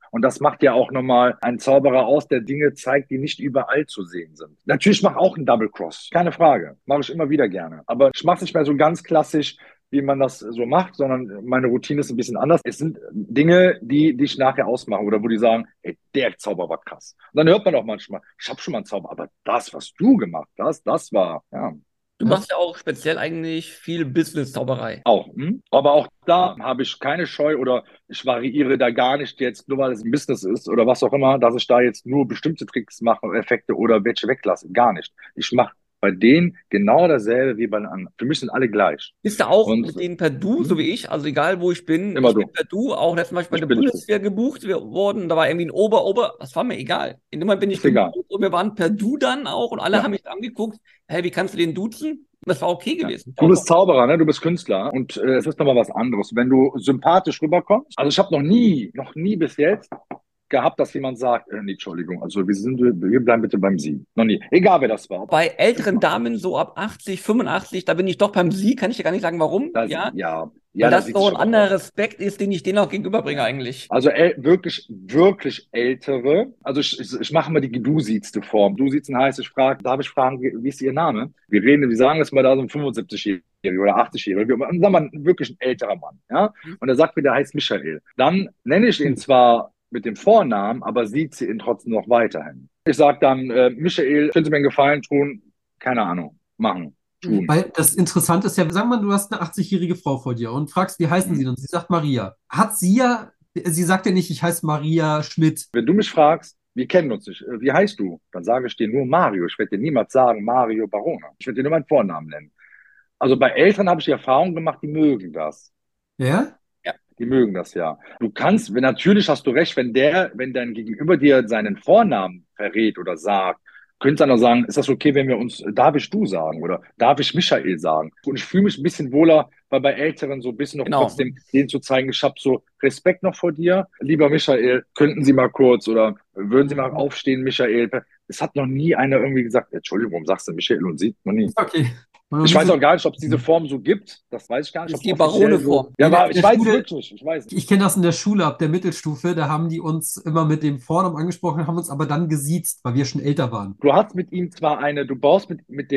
Und das macht ja auch nochmal einen Zauberer aus, der Dinge zeigt, die nicht überall zu sehen sind. Natürlich mache ich auch einen Double Cross, keine Frage. Mache ich immer wieder gerne. Aber ich mache es nicht mehr so ganz klassisch, wie man das so macht, sondern meine Routine ist ein bisschen anders. Es sind Dinge, die dich nachher ausmachen oder wo die sagen, ey, der Zauber war krass. Und dann hört man auch manchmal, ich habe schon mal einen Zauber, aber das, was du gemacht hast, das war, ja. Du machst ja auch speziell eigentlich viel Business-Zauberei. Auch. Aber auch da habe ich keine Scheu oder ich variiere da gar nicht jetzt, nur weil es ein Business ist oder was auch immer, dass ich da jetzt nur bestimmte Tricks mache, Effekte oder welche weglasse. Gar nicht. Ich mache bei denen genau dasselbe wie bei den anderen. Für mich sind alle gleich. Bist du auch Und mit denen per Du, so wie ich? Also egal, wo ich bin, immer ich bin du. per Du, auch letztes Mal bei Ich der bin nicht Bundeswehr gebucht worden. Da war irgendwie ein das war mir egal. In dem Moment bin ich Ist egal. gebucht und wir waren per Du dann auch und alle Ja. haben mich angeguckt, hey, wie kannst du den duzen? Und das war okay gewesen. Du bist Zauberer, ne? Du bist Künstler und es ist nochmal was anderes. Wenn du sympathisch rüberkommst, also ich habe noch nie bis jetzt gehabt, dass jemand sagt, nee, Entschuldigung, also wir bleiben bitte beim Sie. Noch nie. Egal, wer das war. Bei älteren Damen so ab 80, 85, da bin ich doch beim Sie, kann ich dir gar nicht sagen, warum. Weil das sieht so sich ein aber anderer aus. Respekt ist, den ich denen auch gegenüberbringe eigentlich. Also wirklich, wirklich ältere. Also ich mache mal die Du-siezte Form. Du-siezen heißt, darf ich fragen, wie ist Ihr Name? Wir sagen jetzt mal da so ein 75-Jähriger oder 80-Jähriger. Sagen wir mal wirklich ein älterer Mann. Ja? Und er sagt mir, der heißt Michael. Dann nenne ich ihn zwar mit dem Vornamen, aber sieze ihn trotzdem noch weiterhin. Ich sage dann, Michael, können Sie mir einen Gefallen tun? Keine Ahnung. Machen. Tun. Weil das Interessante ist ja, sagen wir mal, du hast eine 80-jährige Frau vor dir und fragst, wie heißen sie denn? Sie sagt Maria. Sie sagt ja nicht, ich heiße Maria Schmidt. Wenn du mich fragst, wir kennen uns nicht, wie heißt du? Dann sage ich dir nur Mario. Ich werde dir niemals sagen Mario Barona. Ich werde dir nur meinen Vornamen nennen. Also bei Eltern habe ich die Erfahrung gemacht, die mögen das. Ja? Ja, die mögen das ja. Natürlich hast du recht, wenn dein Gegenüber dir seinen Vornamen verrät oder sagt, könnte dann auch sagen, ist das okay, wenn wir uns, darf ich du sagen oder darf ich Michael sagen? Und ich fühle mich ein bisschen wohler, weil bei Älteren so ein bisschen noch trotzdem denen zu zeigen, ich habe so Respekt noch vor dir. Lieber Michael, könnten Sie mal kurz oder würden Sie mal aufstehen, Michael? Es hat noch nie einer irgendwie gesagt, Entschuldigung, warum sagst du Michael und Sie? Noch nie. Okay. Ich weiß auch gar nicht, ob es diese Form so gibt. Das weiß ich gar nicht. Das ist die Barone-Form. Ja, In aber ich der weiß Schule- wirklich nicht. Ich weiß nicht. Ich kenne das in der Schule ab der Mittelstufe, da haben die uns immer mit dem Vornamen angesprochen, haben uns aber dann gesiezt, weil wir schon älter waren. Du hast mit ihm zwar du baust mit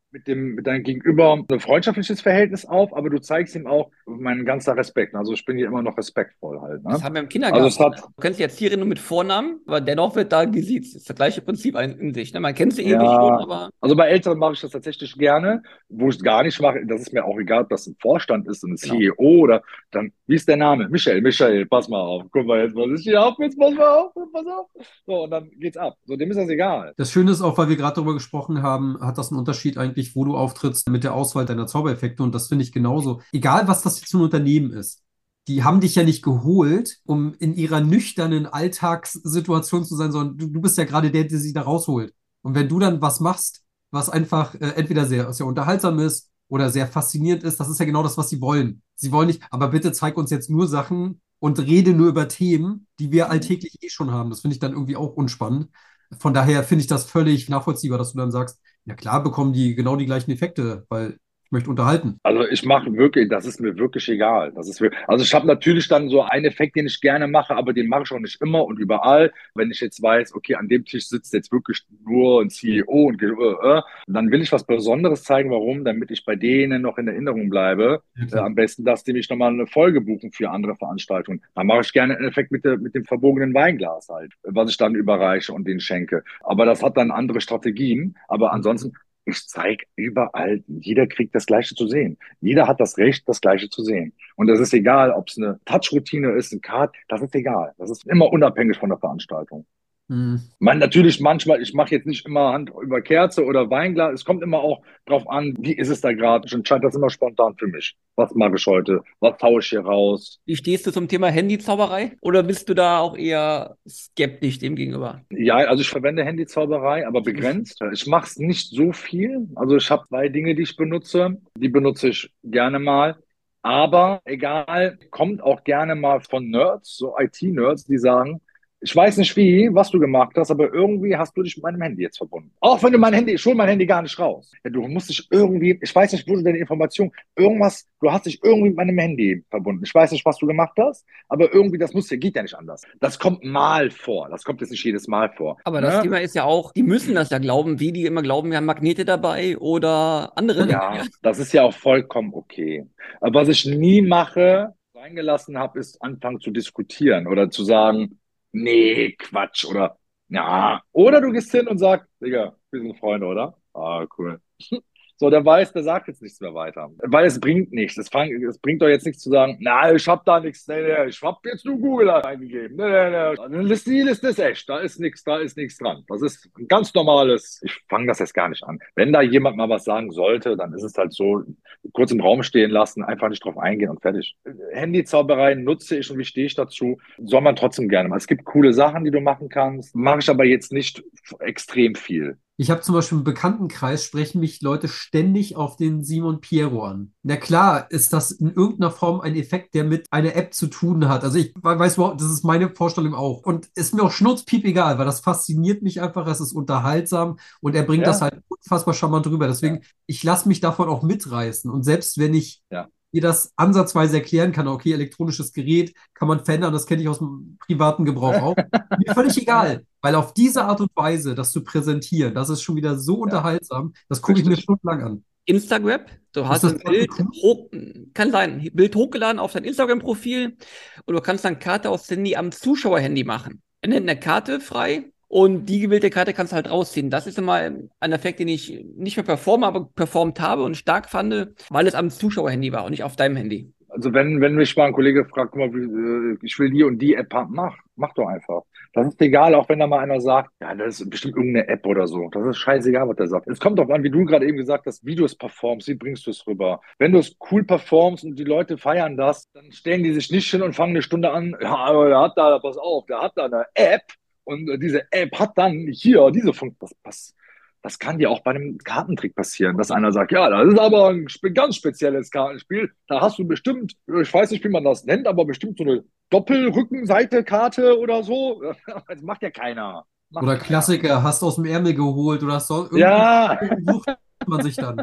deinem Gegenüber ein freundschaftliches Verhältnis auf, aber du zeigst ihm auch meinen ganzen Respekt. Also ich bin hier immer noch respektvoll halt. Ne? Das haben wir im Kindergarten. Also Du kennst jetzt hier nur mit Vornamen, aber dennoch wird da gesiezt. Das ist das gleiche Prinzip in sich. Ne? Man kennt sie ewig schon, aber. Also bei Älteren mache ich das tatsächlich gerne. Wo ich es gar nicht mache, das ist mir auch egal, ob das ein Vorstand ist, ein CEO oder dann, wie ist der Name? Michael, pass mal auf. Guck mal jetzt, was ist hier auf? Jetzt pass mal auf, pass auf. So, und dann geht's ab. So, dem ist das egal. Das Schöne ist auch, weil wir gerade darüber gesprochen haben, hat das einen Unterschied eigentlich, wo du auftrittst mit der Auswahl deiner Zaubereffekte. Und das finde ich genauso. Egal, was das jetzt für ein Unternehmen ist. Die haben dich ja nicht geholt, um in ihrer nüchternen Alltagssituation zu sein, sondern du bist ja gerade der sie da rausholt. Und wenn du dann was machst, was einfach entweder sehr unterhaltsam ist oder sehr faszinierend ist, das ist ja genau das, was sie wollen. Sie wollen nicht, aber bitte zeig uns jetzt nur Sachen und rede nur über Themen, die wir alltäglich eh schon haben. Das finde ich dann irgendwie auch unspannend. Von daher finde ich das völlig nachvollziehbar, dass du dann sagst, ja klar bekommen die genau die gleichen Effekte, weil ich möchte unterhalten. Also ich mache wirklich, das ist mir wirklich egal. Also ich habe natürlich dann so einen Effekt, den ich gerne mache, aber den mache ich auch nicht immer und überall. Wenn ich jetzt weiß, okay, an dem Tisch sitzt jetzt wirklich nur ein CEO und dann will ich was Besonderes zeigen. Warum? Damit ich bei denen noch in Erinnerung bleibe. Okay. Am besten, dass die mich nochmal eine Folge buchen für andere Veranstaltungen. Dann mache ich gerne einen Effekt mit dem verbogenen Weinglas halt, was ich dann überreiche und denen schenke. Aber das hat dann andere Strategien. Aber ansonsten, ich zeige überall, jeder kriegt das Gleiche zu sehen. Jeder hat das Recht, das Gleiche zu sehen. Und das ist egal, ob es eine Touch-Routine ist, ein Card, das ist egal. Das ist immer unabhängig von der Veranstaltung. Natürlich manchmal, ich mache jetzt nicht immer Hand über Kerze oder Weinglas. Es kommt immer auch drauf an, wie ist es da gerade. Ich entscheide das immer spontan für mich. Was mache ich heute? Was taue ich hier raus? Wie stehst du zum Thema Handyzauberei? Oder bist du da auch eher skeptisch dem gegenüber? Ja, also ich verwende Handyzauberei, aber begrenzt. Ich mache es nicht so viel. Also ich habe 2 Dinge, die ich benutze. Die benutze ich gerne mal. Aber egal, kommt auch gerne mal von Nerds, so IT-Nerds, die sagen, Ich weiß nicht wie, was du gemacht hast, aber irgendwie hast du dich mit meinem Handy jetzt verbunden. Auch wenn du mein Handy, ich hol mein Handy gar nicht raus. Ja, du musst dich irgendwie, ich weiß nicht, wo du deine Information, irgendwas, du hast dich irgendwie mit meinem Handy verbunden. Ich weiß nicht, was du gemacht hast, aber irgendwie, das muss ja, geht ja nicht anders. Das kommt mal vor. Das kommt jetzt nicht jedes Mal vor. Aber das Ne? Thema ist ja auch, die müssen das ja glauben, wie die immer glauben, wir haben Magnete dabei oder andere Dinge. Ja, das ist ja auch vollkommen okay. Aber was ich nie mache, reingelassen habe, ist anfangen zu diskutieren oder zu sagen, nee, Quatsch oder ja. Oder du gehst hin und sagst, Digga, wir sind Freunde, oder? Ah, cool. So, der weiß, der sagt jetzt nichts mehr weiter. Weil es bringt nichts. Es bringt doch jetzt nichts zu sagen, na, ich hab da nichts, nee, ich hab jetzt nur Google eingegeben. Die Liste ist echt, da ist nichts dran. Das ist ein ganz normales, ich fange das jetzt gar nicht an. Wenn da jemand mal was sagen sollte, dann ist es halt so, kurz im Raum stehen lassen, einfach nicht drauf eingehen und fertig. Handyzauberei nutze ich und wie stehe ich dazu? Soll man trotzdem gerne mal. Es gibt coole Sachen, die du machen kannst, mache ich aber jetzt nicht extrem viel. Ich habe zum Beispiel im Bekanntenkreis, sprechen mich Leute ständig auf den Simon Piero an. Na klar, ist das in irgendeiner Form ein Effekt, der mit einer App zu tun hat. Also ich weiß überhaupt, das ist meine Vorstellung auch. Und ist mir auch schnurzpiep egal, weil das fasziniert mich einfach, es ist unterhaltsam und er bringt das Ja, halt unfassbar charmant rüber. ja, Deswegen, ich lasse mich davon auch mitreißen. Und selbst wenn ich ja. dir das ansatzweise erklären kann, okay, elektronisches Gerät kann man verändern, das kenne ich aus dem privaten Gebrauch auch. Mir völlig egal, weil auf diese Art und Weise, das zu präsentieren, das ist schon wieder so Ja, unterhaltsam, das gucke ich mir richtig. stundenlang an. Instagram, du Ist hast das ein zum Beispiel Bild cool? hoch, kann sein, ein Bild hochgeladen auf dein Instagram-Profil und du kannst dann Karte aufs Handy am Zuschauerhandy machen. Er nennt eine Karte frei und die gewählte Karte kannst du halt rausziehen. Das ist immer ein Effekt, den ich nicht mehr performe, aber performt habe und stark fand, weil es am Zuschauerhandy war und nicht auf deinem Handy. Also wenn mich mal ein Kollege fragt, guck mal, ich will die und die App haben, mach doch einfach. Das ist egal, auch wenn da mal einer sagt, ja, das ist bestimmt irgendeine App oder so. Das ist scheißegal, was der sagt. Es kommt doch an, wie du gerade eben gesagt hast, wie du es performst, wie bringst du es rüber. Wenn du es cool performst und die Leute feiern das, dann stellen die sich nicht hin und fangen eine Stunde an, ja, aber der hat da, pass auf, der hat da eine App und diese App hat dann hier diese Funktion. Das kann dir auch bei einem Kartentrick passieren, dass einer sagt, ja, das ist aber ein ganz spezielles Kartenspiel. Da hast du bestimmt, ich weiß nicht, wie man das nennt, aber bestimmt so eine Doppelrückenseite-Karte oder so. Das macht ja keiner. Macht Oder keiner. Klassiker, hast aus dem Ärmel geholt oder so, irgendwie Ja, sucht man sich dann.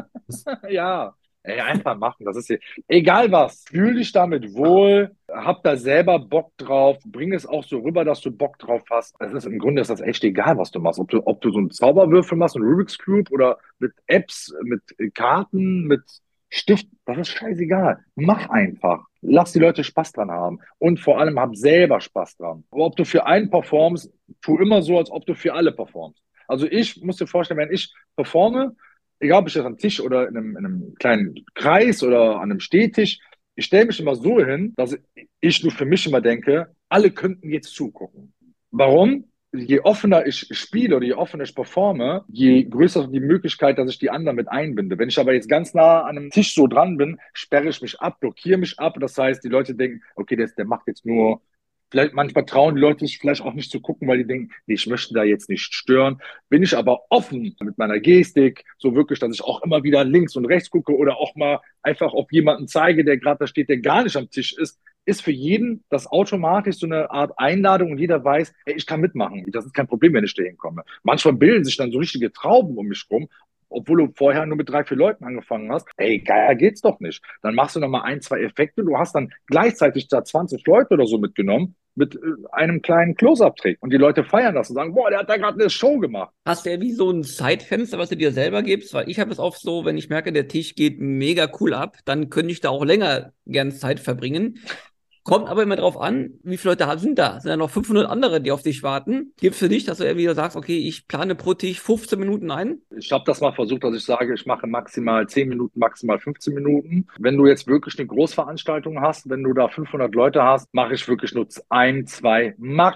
ja. Ey, einfach machen. Das ist hier, egal was. Fühl dich damit wohl. Hab da selber Bock drauf. Bring es auch so rüber, dass du Bock drauf hast. Es ist im Grunde ist das echt egal, was du machst. Ob du so einen Zauberwürfel machst, einen Rubik's Cube oder mit Apps, mit Karten, mit Stift. Das ist scheißegal. Mach einfach. Lass die Leute Spaß dran haben. Und vor allem hab selber Spaß dran. Aber ob du für einen performst, tu immer so, als ob du für alle performst. Also ich muss dir vorstellen, wenn ich performe, egal ob ich das am Tisch oder in einem kleinen Kreis oder an einem Stehtisch, ich stelle mich immer so hin, dass ich nur für mich immer denke, alle könnten jetzt zugucken. Warum? Je offener ich spiele oder je offener ich performe, je größer die Möglichkeit, dass ich die anderen mit einbinde. Wenn ich aber jetzt ganz nah an einem Tisch so dran bin, sperre ich mich ab, blockiere mich ab. Das heißt, die Leute denken, okay, der macht jetzt nur. Vielleicht manchmal trauen die Leute sich vielleicht auch nicht zu gucken, weil die denken, nee, ich möchte da jetzt nicht stören. Bin ich aber offen mit meiner Gestik, so wirklich, dass ich auch immer wieder links und rechts gucke oder auch mal einfach auf jemanden zeige, der gerade da steht, der gar nicht am Tisch ist für jeden das automatisch so eine Art Einladung und jeder weiß, ey, ich kann mitmachen. Das ist kein Problem, wenn ich da hinkomme. Manchmal bilden sich dann so richtige Trauben um mich rum, obwohl du vorher nur mit 3, 4 Leuten angefangen hast. Ey, geiler geht's doch nicht. Dann machst du nochmal 1, 2 Effekte. Du hast dann gleichzeitig da 20 Leute oder so mitgenommen mit einem kleinen Close-Up-Trick. Und die Leute feiern das und sagen, boah, der hat da gerade eine Show gemacht. Hast du ja wie so ein Zeitfenster, was du dir selber gibst? Weil ich habe es oft so, wenn ich merke, der Tisch geht mega cool ab, dann könnte ich da auch länger gern Zeit verbringen. Kommt aber immer drauf an, wie viele Leute sind da. Sind da noch 500 andere, die auf dich warten? Gibt's für dich, dass du ja wieder sagst, okay, ich plane pro Tisch 15 Minuten ein? Ich habe das mal versucht, dass ich sage, ich mache maximal 10 Minuten, maximal 15 Minuten. Wenn du jetzt wirklich eine Großveranstaltung hast, wenn du da 500 Leute hast, mache ich wirklich nur 1, 2,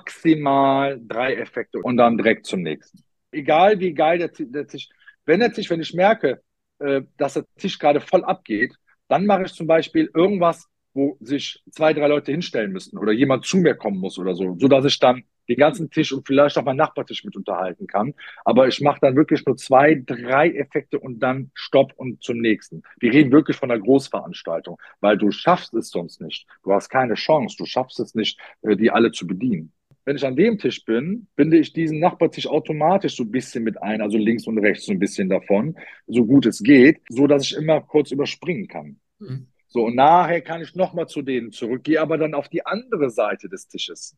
maximal 3 Effekte und dann direkt zum nächsten. Egal wie geil der Tisch, wenn ich merke, dass der Tisch gerade voll abgeht, dann mache ich zum Beispiel irgendwas, wo sich 2, 3 Leute hinstellen müssen oder jemand zu mir kommen muss oder so, sodass ich dann den ganzen Tisch und vielleicht auch meinen Nachbartisch mit unterhalten kann. Aber ich mache dann wirklich nur 2, 3 Effekte und dann Stopp und zum nächsten. Wir reden wirklich von einer Großveranstaltung, weil du schaffst es sonst nicht. Du hast keine Chance. Du schaffst es nicht, die alle zu bedienen. wenn ich an dem Tisch bin, binde ich diesen Nachbartisch automatisch so ein bisschen mit ein, also links und rechts so ein bisschen davon, so gut es geht, so dass ich immer kurz überspringen kann. Mhm. So, und nachher kann ich nochmal zu denen zurück, gehe aber dann auf die andere Seite des Tisches.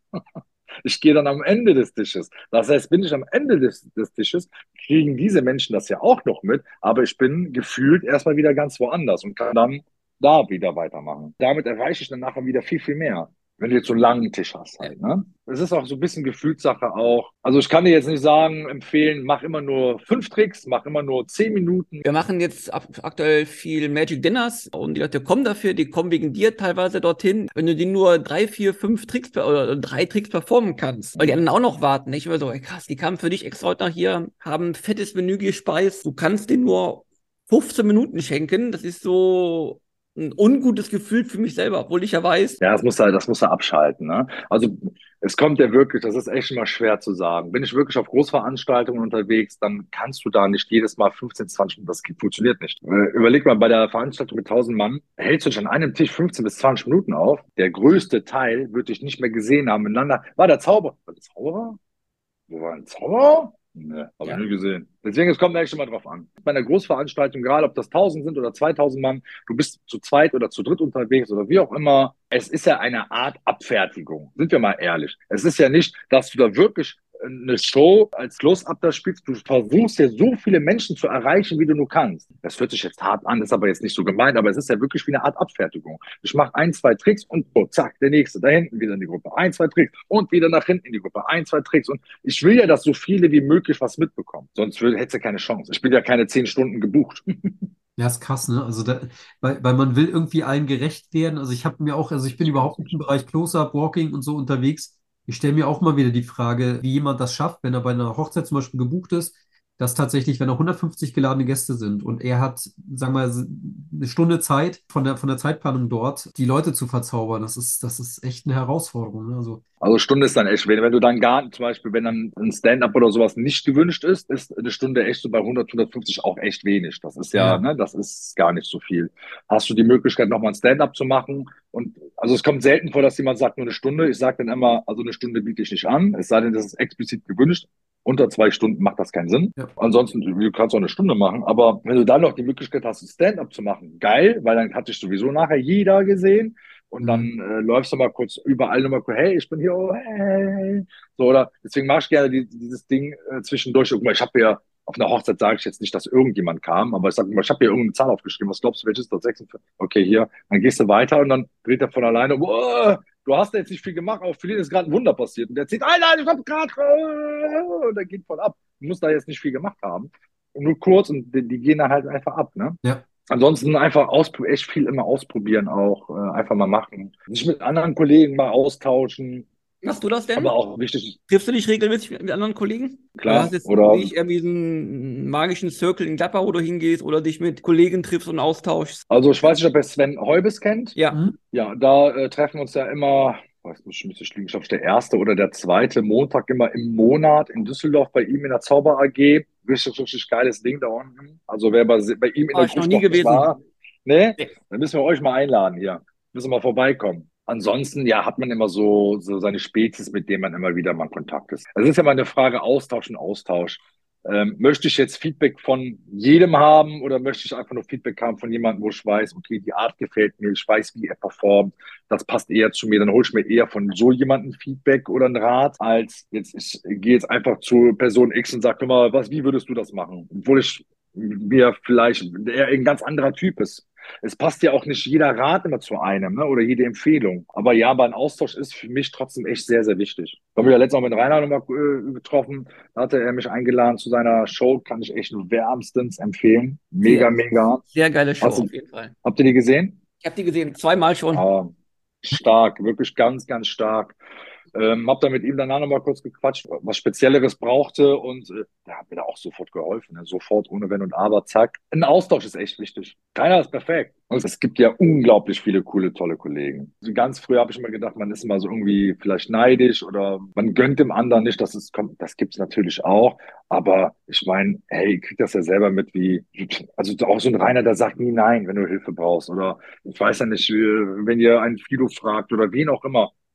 Ich gehe dann am Ende des Tisches. Das heißt, bin ich am Ende des Tisches, kriegen diese Menschen das ja auch noch mit, aber ich bin gefühlt erstmal wieder ganz woanders und kann dann da wieder weitermachen. Damit erreiche ich dann nachher wieder viel, viel mehr. Wenn du jetzt so einen langen Tisch hast halt, ne? Es ist auch so ein bisschen Gefühlssache auch. Also ich kann dir jetzt nicht sagen, empfehlen, mach immer nur 5 Tricks, mach immer nur 10 Minuten. Wir machen jetzt aktuell viel Magic Dinners und die Leute kommen dafür, die kommen wegen dir teilweise dorthin. Wenn du die nur 3, 4, 5 Tricks oder 3 Tricks performen kannst, weil die anderen auch noch warten. Ich immer so, ey, krass, die kamen für dich extra heute nach hier, haben ein fettes Menü gespeist. Du kannst denen nur 15 Minuten schenken. Das ist so ein ungutes Gefühl für mich selber, obwohl ich ja weiß. Ja, das muss er abschalten, ne? Also es kommt ja wirklich, das ist echt immer schwer zu sagen. Bin ich wirklich auf Großveranstaltungen unterwegs, dann kannst du da nicht jedes Mal 15, 20 Minuten, das funktioniert nicht. Überleg mal, bei der Veranstaltung mit 1000 Mann hältst du dich an einem Tisch 15 bis 20 Minuten auf. Der größte Teil wird dich nicht mehr gesehen haben miteinander. War der Zauberer? War der Zauberer? Wo war ein Zauberer? Ne, habe ich nie gesehen. Deswegen, es kommt echt immer drauf an. Bei einer Großveranstaltung, gerade ob das 1000 sind oder 2000 Mann, du bist zu zweit oder zu dritt unterwegs oder wie auch immer. Es ist ja eine Art Abfertigung. Sind wir mal ehrlich. Es ist ja nicht, dass du da wirklich eine Show als Close-Up da spielst. Du versuchst ja so viele Menschen zu erreichen, wie du nur kannst. Das hört sich jetzt hart an, ist aber jetzt nicht so gemeint, aber es ist ja wirklich wie eine Art Abfertigung. Ich mache 1, 2 Tricks und so, zack, der nächste, da hinten wieder in die Gruppe. 1, 2 Tricks und wieder nach hinten in die Gruppe. 1, 2 Tricks und ich will ja, dass so viele wie möglich was mitbekommen. Sonst hättest du keine Chance. Ich bin ja keine 10 Stunden gebucht. Ja, ist krass, ne? Also weil man will irgendwie allen gerecht werden. Also ich bin überhaupt nicht im Bereich Close-Up, Walking und so unterwegs. Ich stelle mir auch mal wieder die Frage, wie jemand das schafft, wenn er bei einer Hochzeit zum Beispiel gebucht ist, dass tatsächlich, wenn da 150 geladene Gäste sind und er hat, sagen wir mal, eine Stunde Zeit von der Zeitplanung dort, die Leute zu verzaubern, das ist echt eine Herausforderung, ne? Also Stunde ist dann echt wenig. Wenn du dann gar, zum Beispiel, wenn dann ein Stand-up oder sowas nicht gewünscht ist eine Stunde echt so bei 100, 150 auch echt wenig. Das ist ja, Ja. ne, das ist gar nicht so viel. Hast du die Möglichkeit, nochmal ein Stand-up zu machen? Und also es kommt selten vor, dass jemand sagt, nur eine Stunde. Ich sage dann immer, also eine Stunde biete ich nicht an. Es sei denn, das ist explizit gewünscht. Unter 2 Stunden macht das keinen Sinn. Ja. Ansonsten, du kannst auch eine Stunde machen. Aber wenn du dann noch die Möglichkeit hast, ein Stand-up zu machen, geil, weil dann hat dich sowieso nachher jeder gesehen. Und dann läufst du mal kurz überall nochmal, hey, ich bin hier, oh, hey. So, oder deswegen mache ich gerne dieses Ding zwischendurch. Guck mal, ich habe ja auf einer Hochzeit sage ich jetzt nicht, dass irgendjemand kam, aber ich sage mal, ich habe hier irgendeine Zahl aufgeschrieben. Was glaubst du, welches ist das? 46? Okay, hier. Dann gehst du weiter und dann dreht er von alleine, oh, du hast jetzt nicht viel gemacht, aber für den ist gerade ein Wunder passiert. Und der zieht, nein, ich hab gerade, und der geht voll ab. Du musst da jetzt nicht viel gemacht haben. Und nur kurz und die gehen dann halt einfach ab, ne? Ja. Ansonsten einfach echt viel immer ausprobieren auch, einfach mal machen. Sich mit anderen Kollegen mal austauschen, Machst du das denn? aber auch wichtig, Triffst du dich regelmäßig mit anderen Kollegen? klar, Oder hast jetzt oder nicht irgendwie so einen magischen Circle in Gladbach, wo du hingehst oder dich mit Kollegen triffst und austauschst? also ich weiß nicht, ob ihr Sven Heubes kennt. Ja. Mhm. Ja, da treffen wir uns ja immer, weiß nicht, müsste ich liegen, ich glaube, der erste oder der zweite Montag immer im Monat in Düsseldorf bei ihm in der Zauber AG. Richtig, richtig geiles Ding da unten. Also wer bei ihm in War der ich noch Gruppe nie noch nicht gewesen. war, ne, Nee. dann müssen wir euch mal einladen hier. Müssen wir mal vorbeikommen. Ansonsten, ja, hat man immer so seine Spezies, mit denen man immer wieder mal in Kontakt ist. Es ist ja mal eine Frage Austausch und Austausch. Möchte ich jetzt Feedback von jedem haben oder möchte ich einfach nur Feedback haben von jemandem, wo ich weiß, okay, die Art gefällt mir, ich weiß, wie er performt, das passt eher zu mir, dann hole ich mir eher von so jemandem Feedback oder einen Rat, als jetzt, ich gehe jetzt einfach zu Person X und sage, guck mal, wie würdest du das machen? Obwohl ich mir vielleicht eher ein ganz anderer Typ ist. Es passt ja auch nicht jeder Rat immer zu einem, ne? Oder jede Empfehlung. Aber ja, aber ein Austausch ist für mich trotzdem echt sehr, sehr wichtig. Ich habe mich ja letztes Mal mit Rainer nochmal getroffen. Da hatte er mich eingeladen zu seiner Show. Kann ich echt nur wärmstens empfehlen. Mega, mega. Sehr geile Show Hast du- auf jeden Fall. Habt ihr die gesehen? Ich habe die gesehen, 2-mal schon. Stark, wirklich ganz, ganz stark. Hab da mit ihm danach nochmal kurz gequatscht, was Spezielleres brauchte und der hat mir da auch sofort geholfen. Ne? Sofort, ohne Wenn und Aber, zack. Ein Austausch ist echt wichtig. Keiner ist perfekt. Und es gibt ja unglaublich viele coole, tolle Kollegen. Also ganz früh habe ich immer gedacht, man ist immer so irgendwie vielleicht neidisch oder man gönnt dem anderen nicht, dass es kommt. Das gibt's natürlich auch. Aber ich meine, hey, ich krieg das ja selber mit, also auch so ein Rainer, der sagt nie nein, wenn du Hilfe brauchst. Oder ich weiß ja nicht, wenn ihr einen Fido fragt oder wen auch immer.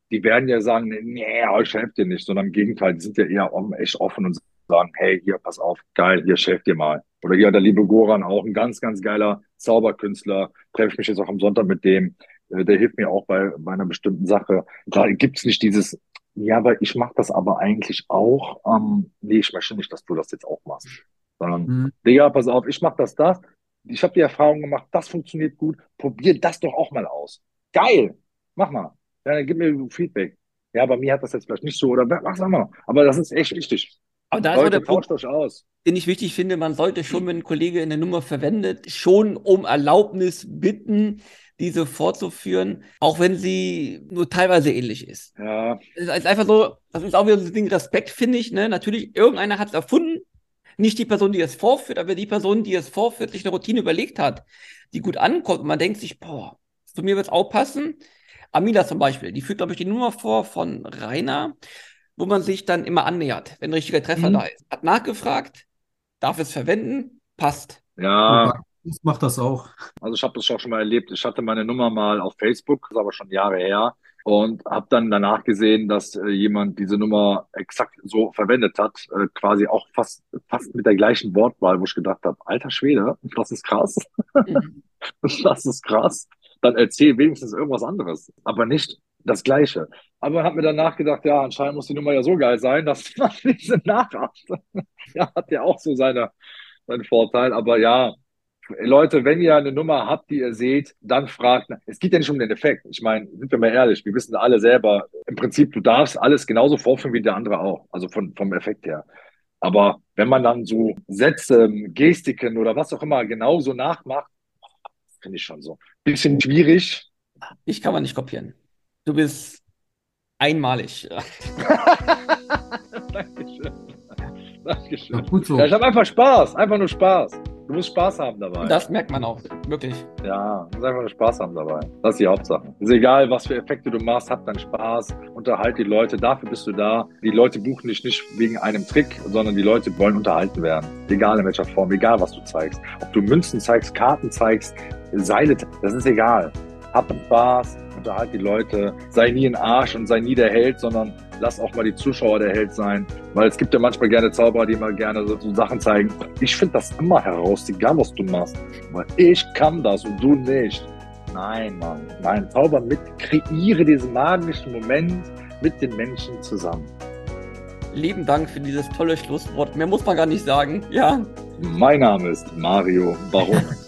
die werden ja sagen, nee, ich helfe dir nicht, sondern im Gegenteil, die sind ja eher echt offen und sagen, hey, hier, pass auf, geil, hier, ich helfe dir mal. Oder hier der liebe Goran, auch ein ganz, ganz geiler Zauberkünstler, treffe ich mich jetzt auch am Sonntag mit dem, der hilft mir auch bei einer bestimmten Sache. Da gibt's nicht dieses, ja, aber ich mache das aber eigentlich auch, nee, ich möchte nicht, dass du das jetzt auch machst, sondern, Mhm. Digga, pass auf, ich mache das, ich habe die Erfahrung gemacht, das funktioniert gut, probier das doch auch mal aus. Geil, mach mal. Ja, dann gib mir Feedback. Ja, bei mir hat das jetzt vielleicht nicht so oder mach's mal. Aber das ist echt wichtig. Aber da ist auch der Leute, Punkt, tauscht euch aus. den ich wichtig finde, man sollte schon, wenn ein Kollege eine Nummer verwendet, schon um Erlaubnis bitten, diese fortzuführen, auch wenn sie nur teilweise ähnlich ist. Ja, Es ist einfach so, das ist auch wieder so ein Ding Respekt, finde ich, ne? Natürlich, irgendeiner hat es erfunden, nicht die Person, die es vorführt, aber die Person, die es vorführt, sich eine Routine überlegt hat, die gut ankommt und man denkt sich, boah, zu mir wird es auch passen. Amila zum Beispiel, die führt, glaube ich, die Nummer vor von Rainer, wo man sich dann immer annähert, wenn ein richtiger Treffer da ist. Hat nachgefragt, darf es verwenden, passt. ja, Ich mache das auch. also ich habe das auch schon mal erlebt. Ich hatte meine Nummer mal auf Facebook, das ist aber schon Jahre her, und habe dann danach gesehen, dass jemand diese Nummer exakt so verwendet hat, quasi auch fast mit der gleichen Wortwahl, wo ich gedacht habe, alter Schwede, das ist krass, Mhm. das ist krass. Dann erzähl wenigstens irgendwas anderes, aber nicht das Gleiche. Aber hat mir danach gedacht, ja, anscheinend muss die Nummer ja so geil sein, dass man diese nachahmt. Ja, hat ja auch so seinen Vorteil. Aber ja, Leute, wenn ihr eine Nummer habt, die ihr seht, dann fragt. Es geht ja nicht um den Effekt. Ich meine, sind wir mal ehrlich, wir wissen alle selber, im Prinzip, du darfst alles genauso vorführen wie der andere auch. Also vom Effekt her. Aber wenn man dann so Sätze, Gestiken oder was auch immer genauso nachmacht, finde ich schon so. Bisschen schwierig. Ich kann man nicht kopieren. Du bist einmalig. Dankeschön. Ja, Dankeschön. gut so. Ja, ich habe einfach Spaß. Einfach nur Spaß. Du musst Spaß haben dabei. Das merkt man auch, wirklich. Ja, du musst einfach nur Spaß haben dabei. Das ist die Hauptsache. Ist egal, was für Effekte du machst, hab dann Spaß, unterhalt die Leute, dafür bist du da. Die Leute buchen dich nicht wegen einem Trick, sondern die Leute wollen unterhalten werden. Egal in welcher Form, egal was du zeigst. Ob du Münzen zeigst, Karten zeigst, Seile, das ist egal. Hab Spaß, unterhalt die Leute, sei nie ein Arsch und sei nie der Held, sondern lass auch mal die Zuschauer der Held sein. Weil es gibt ja manchmal gerne Zauberer, die mal gerne so Sachen zeigen. Ich finde das immer heraus, egal was du machst. Weil ich kann das und du nicht. Nein, Mann. Nein, Zauber mit, kreiere diesen magischen Moment mit den Menschen zusammen. Lieben Dank für dieses tolle Schlusswort. Mehr muss man gar nicht sagen. Ja. Mein Name ist Mario Baron.